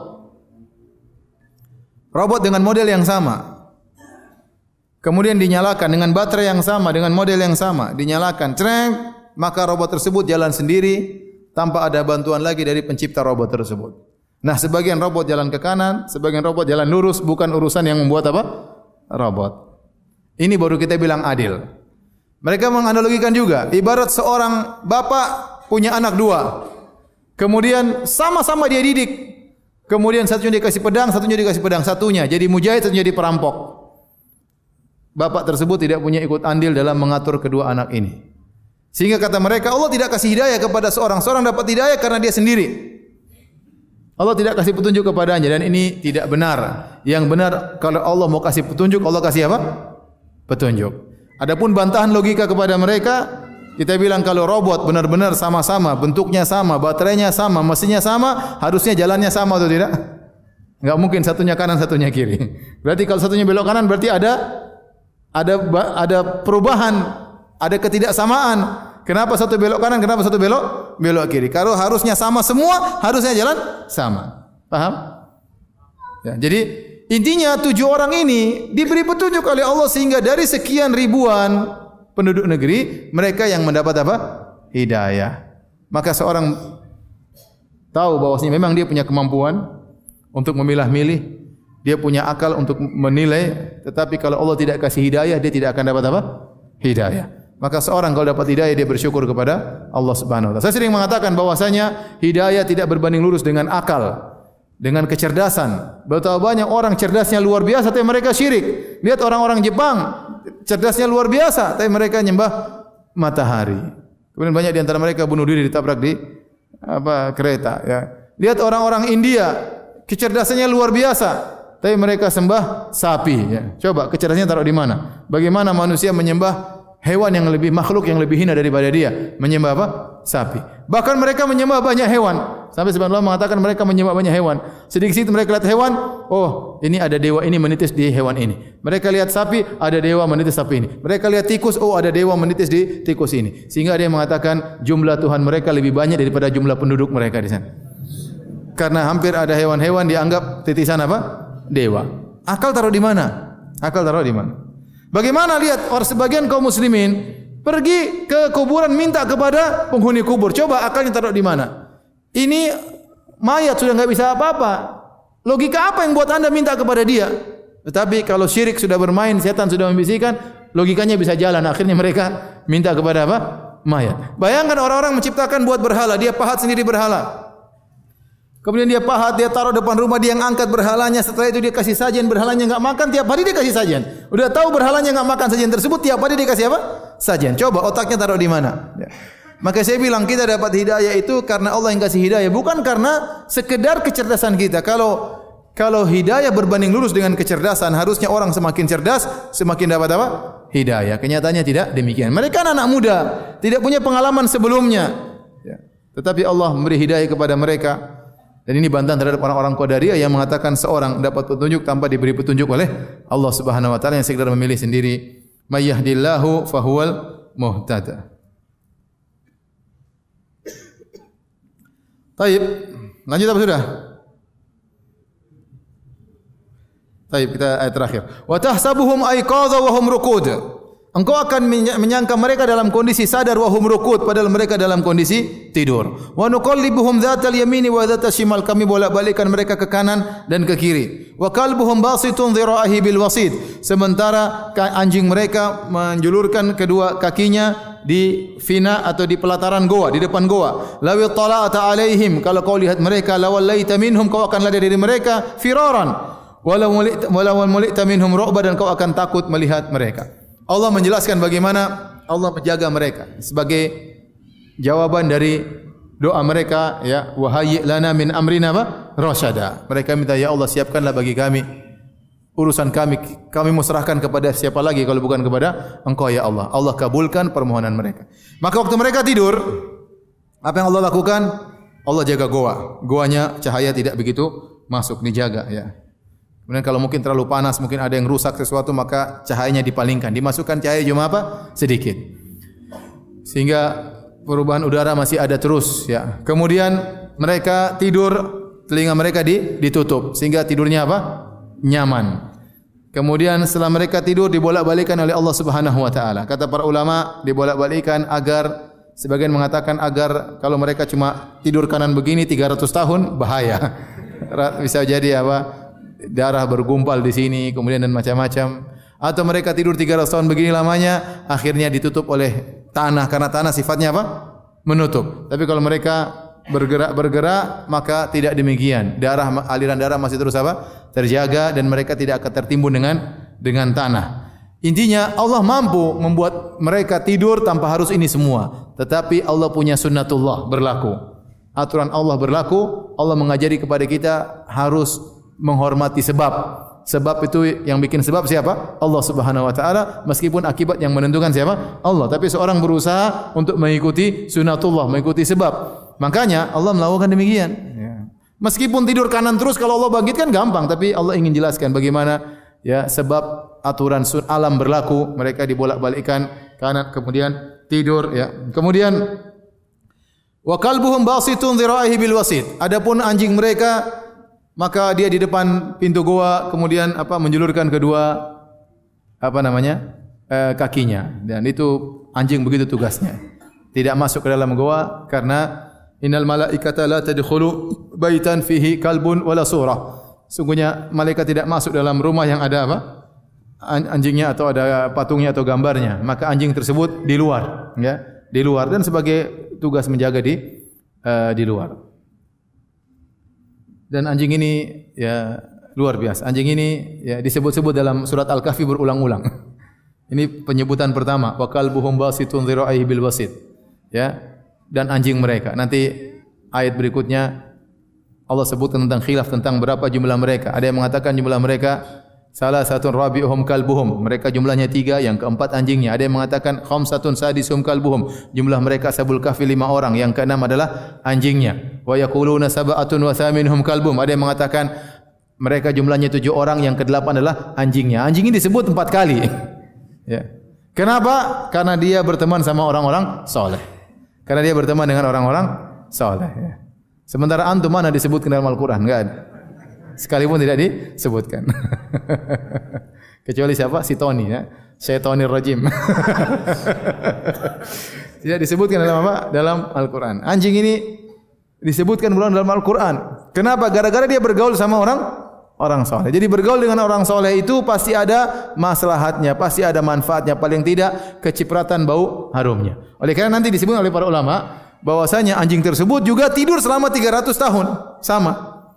Speaker 1: robot dengan model yang sama. Kemudian dinyalakan dengan baterai yang sama, dengan model yang sama, dinyalakan, maka robot tersebut jalan sendiri tanpa ada bantuan lagi dari pencipta robot tersebut. Nah, sebagian robot jalan ke kanan, sebagian robot jalan lurus, bukan urusan yang membuat robot. Ini baru kita bilang adil. Mereka menganalogikan juga, ibarat seorang bapak punya anak 2. Kemudian sama-sama dia didik. Kemudian satunya dikasih pedang, satunya dikasih pedang, satunya jadi mujahid, satunya jadi perampok. Bapak tersebut tidak punya ikut andil dalam mengatur kedua anak ini. Sehingga kata mereka, Allah tidak kasih hidayah kepada seorang dapat hidayah karena dia sendiri. Allah tidak kasih petunjuk kepadanya, dan ini tidak benar. Yang benar kalau Allah mau kasih petunjuk, Allah kasih apa? Petunjuk. Adapun bantahan logika kepada mereka, kita bilang kalau robot benar-benar sama-sama, bentuknya sama, baterainya sama, mesinnya sama, harusnya jalannya sama atau tidak? Enggak mungkin satunya kanan, satunya kiri. Berarti kalau satunya belok kanan berarti ada perubahan, ada ketidaksamaan. Kenapa satu belok kanan, kenapa satu belok kiri? Kalau harusnya sama semua, harusnya jalan sama. Paham? Ya, jadi intinya 7 orang ini diberi petunjuk oleh Allah sehingga dari sekian ribuan penduduk negeri, mereka yang mendapat apa? Hidayah. Maka seorang tahu bahwasanya memang dia punya kemampuan untuk memilah-milih, dia punya akal untuk menilai, tetapi kalau Allah tidak kasih hidayah, dia tidak akan dapat apa? Hidayah. Maka seorang kalau dapat hidayah, dia bersyukur kepada Allah Subhanahu wa taala. Saya sering mengatakan bahwasanya hidayah tidak berbanding lurus dengan akal, dengan kecerdasan. Betapa banyak orang cerdasnya luar biasa tapi mereka syirik. Lihat orang-orang Jepang, cerdasnya luar biasa tapi mereka nyembah matahari. Kemudian banyak di antara mereka bunuh diri ditabrak di kereta, ya. Lihat orang-orang India, kecerdasannya luar biasa tapi mereka sembah sapi, ya. Coba kecerdasannya taruh di mana? Bagaimana manusia menyembah hewan yang lebih, makhluk yang lebih hina daripada dia, menyembah apa? Sapi. Bahkan mereka menyembah banyak hewan. Sampai sebagian ulama mengatakan mereka menyembah banyak hewan. Sedikit mereka lihat hewan, oh, ini ada dewa ini menitis di hewan ini. Mereka lihat sapi, ada dewa menitis sapi ini. Mereka lihat tikus, oh, ada dewa menitis di tikus ini. Sehingga ada yang mengatakan jumlah Tuhan mereka lebih banyak daripada jumlah penduduk mereka di sana. Karena hampir ada hewan-hewan dianggap titisan apa? Dewa. Akal taruh di mana? Akal taruh di mana? Bagaimana lihat orang sebagian kaum muslimin pergi ke kuburan minta kepada penghuni kubur. Coba akalnya taruh di mana? Ini mayat sudah enggak bisa apa-apa. Logika apa yang buat Anda minta kepada dia? Tetapi kalau syirik sudah bermain, setan sudah membisikkan, logikanya bisa jalan. Akhirnya mereka minta kepada apa? Mayat. Bayangkan orang-orang menciptakan buat berhala, dia pahat sendiri berhala. Kemudian dia pahat, dia taruh depan rumah, dia yang angkat berhalanya. Setelah itu dia kasih sajian, berhalanya enggak makan, tiap hari dia kasih sajian. Udah tahu berhalanya enggak makan sajian tersebut, tiap hari dia kasih apa? Sajian. Coba otaknya taruh di mana? Ya. Maka saya bilang kita dapat hidayah itu karena Allah yang kasih hidayah, bukan karena sekedar kecerdasan kita. Kalau hidayah berbanding lurus dengan kecerdasan, harusnya orang semakin cerdas, semakin dapat apa? Hidayah. Kenyataannya tidak demikian. Mereka anak muda, tidak punya pengalaman sebelumnya. Ya. Tetapi Allah memberi hidayah kepada mereka. Dan ini bantahan terhadap orang-orang Qadariyah yang mengatakan seorang dapat petunjuk tanpa diberi petunjuk oleh Allah Subhanahu wa taala yang sekedar memilih sendiri. May yahdillahu fahuwal muhtad. Baik, lanjut apa sudah? Baik, kita ayat terakhir. Wa tahsabuhum aiqadha wa hum rukud. Engkau akan menyangka mereka dalam kondisi sadar wa hum rukud, padahal mereka dalam kondisi tidur. Wa nuqallibuhum dzatal yamini wa dzatal shimal, kami bolak-balikkan mereka ke kanan dan ke kiri. Wa kalbuhum basitun dhira'ihi bil wasid, sementara anjing mereka menjulurkan kedua kakinya di fina atau di pelataran goa, di depan goa. Law tala'ata alaihim, kalau kau lihat mereka, lawallaita minhum, kau akan lari dari mereka firaran. Walau mulita minhum ru'ba, dan kau akan takut melihat mereka. Allah menjelaskan bagaimana Allah menjaga mereka sebagai jawaban dari doa mereka, ya, wahayyi lana min amrina rasyada. Mereka minta, ya Allah, siapkanlah bagi kami urusan kami mau serahkan kepada siapa lagi kalau bukan kepada Engkau, ya Allah. Allah kabulkan permohonan mereka. Maka waktu mereka tidur, apa yang Allah lakukan? Allah jaga goanya cahaya tidak begitu masuk, dijaga, ya. Kemudian kalau mungkin terlalu panas, mungkin ada yang rusak sesuatu, maka cahayanya dipalingkan. Dimasukkan cahaya cuma apa? Sedikit. Sehingga perubahan udara masih ada terus, ya. Kemudian mereka tidur, telinga mereka ditutup sehingga tidurnya apa? Nyaman. Kemudian setelah mereka tidur dibolak-balikan oleh Allah Subhanahu wa taala. Kata para ulama, dibolak-balikan agar, sebagian mengatakan agar kalau mereka cuma tidur kanan begini 300 tahun bahaya. Bisa jadi apa? Darah bergumpal di sini, kemudian dan macam-macam. Atau mereka tidur 300 tahun begini lamanya, akhirnya ditutup oleh tanah, karena tanah sifatnya apa? Menutup. Tapi kalau mereka bergerak, maka tidak demikian. Aliran darah masih terus apa? Terjaga, dan mereka tidak akan tertimbun dengan tanah. Intinya Allah mampu membuat mereka tidur tanpa harus ini semua. Tetapi Allah punya sunnatullah berlaku. Aturan Allah berlaku. Allah mengajari kepada kita harus menghormati sebab. Sebab itu yang bikin sebab siapa? Allah Subhanahu wa taala, meskipun akibat yang menentukan siapa? Allah. Tapi seorang berusaha untuk mengikuti sunatullah, mengikuti sebab. Makanya Allah melakukan demikian. Ya. Meskipun tidur kanan terus, kalau Allah bangkitkan gampang, tapi Allah ingin jelaskan bagaimana, ya, sebab aturan alam berlaku, mereka dibolak-balikkan kanan kemudian tidur, ya. Kemudian wa kalbuhum basitun dhira'ihi bil wasid. Adapun anjing mereka, maka dia di depan pintu goa, kemudian menjulurkan kedua kakinya, dan itu anjing begitu tugasnya, tidak masuk ke dalam goa, karena innal malaikata la tadkhulu baitan fihi kalbun wala surah. Sungguhnya malaikat tidak masuk dalam rumah yang ada anjingnya atau ada patungnya atau gambarnya, maka anjing tersebut di luar, ya, di luar, dan sebagai tugas menjaga di luar. Dan anjing ini, ya, luar biasa. Anjing ini, ya, disebut-sebut dalam surat Al-Kahfi berulang-ulang. Ini penyebutan pertama, wa kalbuhum basitun dhira'ihi bil wasid. Ya, dan anjing mereka. Nanti ayat berikutnya Allah sebutkan tentang khilaf tentang berapa jumlah mereka. Ada yang mengatakan jumlah mereka salah satu rabi'uhum kalbuhum. Mereka jumlahnya 3, yang keempat anjingnya. Ada yang mengatakan khamsatun sadisum kalbuhum. Jumlah mereka Ashabul Kahfi 5 orang, yang keenam adalah anjingnya. Wa yaquluna sab'atun wa thaminuhum kalbuhum. Ada yang mengatakan mereka jumlahnya 7 orang, yang ke-8 adalah anjingnya. Anjing ini disebut 4 kali. Ya. Kenapa? Karena dia berteman sama orang-orang saleh. Karena dia berteman dengan orang-orang saleh, ya. Sementara antum mana disebutkan dalam Al-Qur'an? Enggak ada. Sekalipun tidak disebutkan. Kecuali siapa? Si Tony, ya. Syaitonir rajim. Tidak disebutkan dalam apa? Dalam Al-Qur'an. Anjing ini disebutkan dalam Al-Qur'an. Kenapa? Gara-gara dia bergaul sama orang soleh. Jadi bergaul dengan orang soleh itu pasti ada maslahatnya, pasti ada manfaatnya, paling tidak kecipratan bau harumnya. Oleh karena nanti disebut oleh para ulama bahwasanya anjing tersebut juga tidur selama 300 tahun, sama.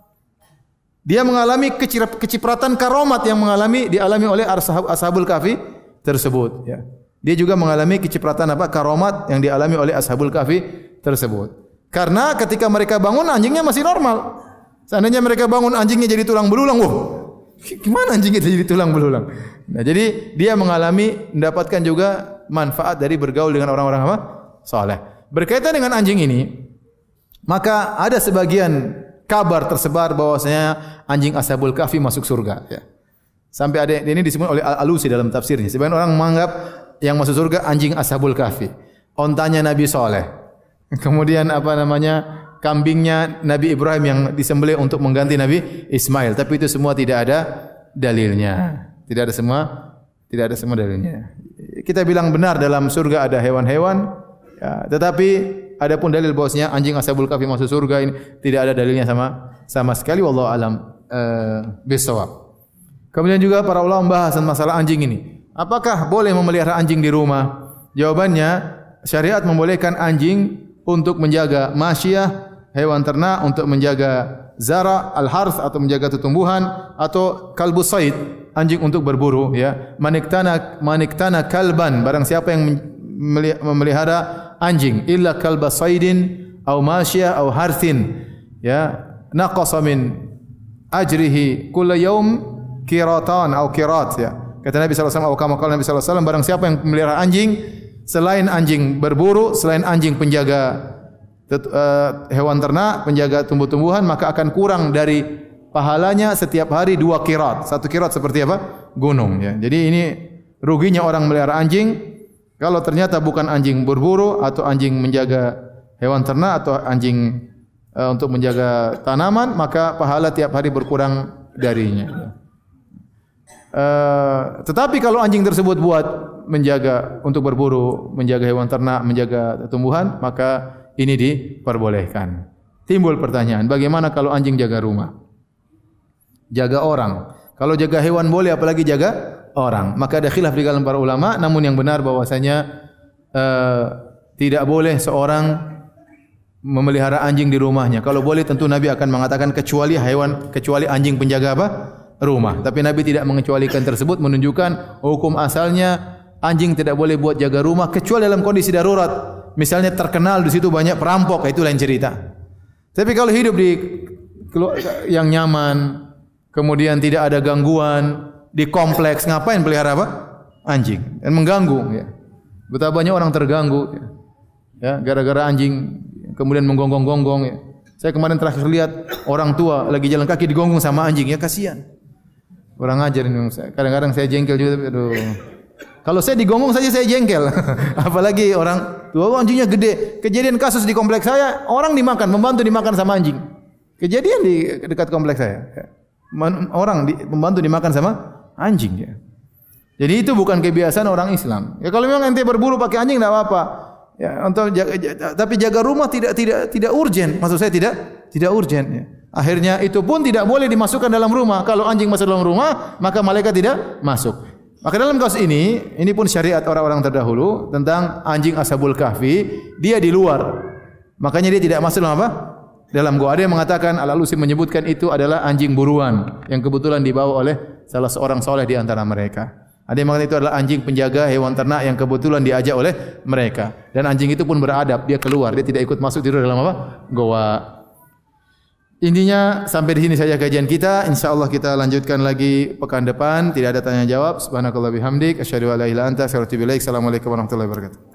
Speaker 1: Dia mengalami kecipratan karomat yang dialami oleh ashabul kahfi tersebut. Ya. Dia juga mengalami kecipratan karomat yang dialami oleh ashabul kahfi tersebut. Karena ketika mereka bangun anjingnya masih normal. Seandainya mereka bangun anjingnya jadi tulang belulang, gimana anjingnya jadi tulang belulang? Nah, jadi dia mendapatkan juga manfaat dari bergaul dengan orang-orang saleh. Berkaitan dengan anjing ini, maka ada sebagian kabar tersebar bahwasanya anjing ashabul kahfi masuk surga. Ya. Sampai ada ini disebut oleh Al-Alusi dalam tafsirnya. Sebagian orang menganggap yang masuk surga anjing ashabul kahfi, ontanya Nabi Saleh, kemudian kambingnya Nabi Ibrahim yang disembelih untuk mengganti Nabi Ismail. Tapi itu semua tidak ada dalilnya. Tidak ada semua dalilnya. Kita bilang benar dalam surga ada hewan-hewan, ya, tetapi ada pun dalil bahwasanya anjing ashabul kahfi masuk surga ini tidak ada dalilnya sama sekali. Wallahu alam bisawab. Kemudian juga para ulama membahas masalah anjing ini. Apakah boleh memelihara anjing di rumah? Jawabannya, syariat membolehkan anjing untuk menjaga masyiyah, hewan ternak, untuk menjaga zara, al-harth atau menjaga tumbuhan, atau kalbus said, anjing untuk berburu, ya. Maniktana kalban, barang siapa yang memelihara anjing, illa kalba saidin au masyiyah au harthin, ya, naqasa min ajrihi kulla yaum kiratan au kirat, ya. Kata Nabi sallallahu alaihi wasallam, barang siapa yang memelihara anjing selain anjing berburu, selain anjing penjaga hewan ternak, penjaga tumbuh-tumbuhan, maka akan kurang dari pahalanya setiap hari 2 qirat. 1 qirat seperti apa? Gunung, ya. Jadi ini ruginya orang melihara anjing kalau ternyata bukan anjing berburu atau anjing menjaga hewan ternak atau anjing untuk menjaga tanaman, maka pahala tiap hari berkurang darinya. Tetapi kalau anjing tersebut buat menjaga untuk berburu, menjaga hewan ternak, menjaga tumbuhan, maka ini diperbolehkan. Timbul pertanyaan, bagaimana kalau anjing jaga rumah? Jaga orang. Kalau jaga hewan boleh, apalagi jaga orang. Maka ada khilaf di kalangan para ulama, namun yang benar bahwasanya tidak boleh seorang memelihara anjing di rumahnya. Kalau boleh tentu Nabi akan mengatakan kecuali anjing penjaga rumah. Tapi Nabi tidak mengecualikan tersebut, menunjukkan hukum asalnya anjing tidak boleh buat jaga rumah kecuali dalam kondisi darurat. Misalnya terkenal di situ banyak perampok, itu lain cerita. Tapi kalau hidup di yang nyaman, kemudian tidak ada gangguan, di kompleks, ngapain pelihara anjing? Dan mengganggu, ya. Betapa banyak orang terganggu, ya, gara-gara anjing kemudian menggonggong-gonggong, ya. Saya kemarin terakhir lihat orang tua lagi jalan kaki digonggong sama anjing, ya kasihan. Kurang ajar ini. Kadang-kadang saya jengkel juga, aduh. Kalau saya digonggong saja saya jengkel. Apalagi orang tua, anjingnya gede. Kejadian kasus di kompleks saya, orang pembantu dimakan sama anjing. Kejadian di dekat kompleks saya. Pembantu dimakan sama anjing, ya. Jadi itu bukan kebiasaan orang Islam. Ya kalau memang ente berburu pakai anjing enggak apa-apa. Ya, tapi jaga rumah tidak urgen. Maksud saya tidak urgen, ya. Akhirnya itu pun tidak boleh dimasukkan dalam rumah. Kalau anjing masuk dalam rumah, maka malaikat tidak masuk. Maka dalam kasus ini pun syariat orang-orang terdahulu tentang anjing ashabul kahfi, dia di luar. Makanya dia tidak masuk dalam dalam gua. Ada yang mengatakan, Al-Alusi menyebutkan itu adalah anjing buruan yang kebetulan dibawa oleh salah seorang soleh di antara mereka. Ada yang mengatakan itu adalah anjing penjaga hewan ternak yang kebetulan diajak oleh mereka. Dan anjing itu pun beradab, dia keluar, dia tidak ikut masuk tidur dalam goa. Intinya sampai di sini saja kajian kita. Insyaallah kita lanjutkan lagi pekan depan. Tidak ada tanya jawab. Subhanakallah bihamdik asyhadu an la ilaha illa anta astaghfiruka wa atubu ilaik. Assalamualaikum warahmatullahi wabarakatuh.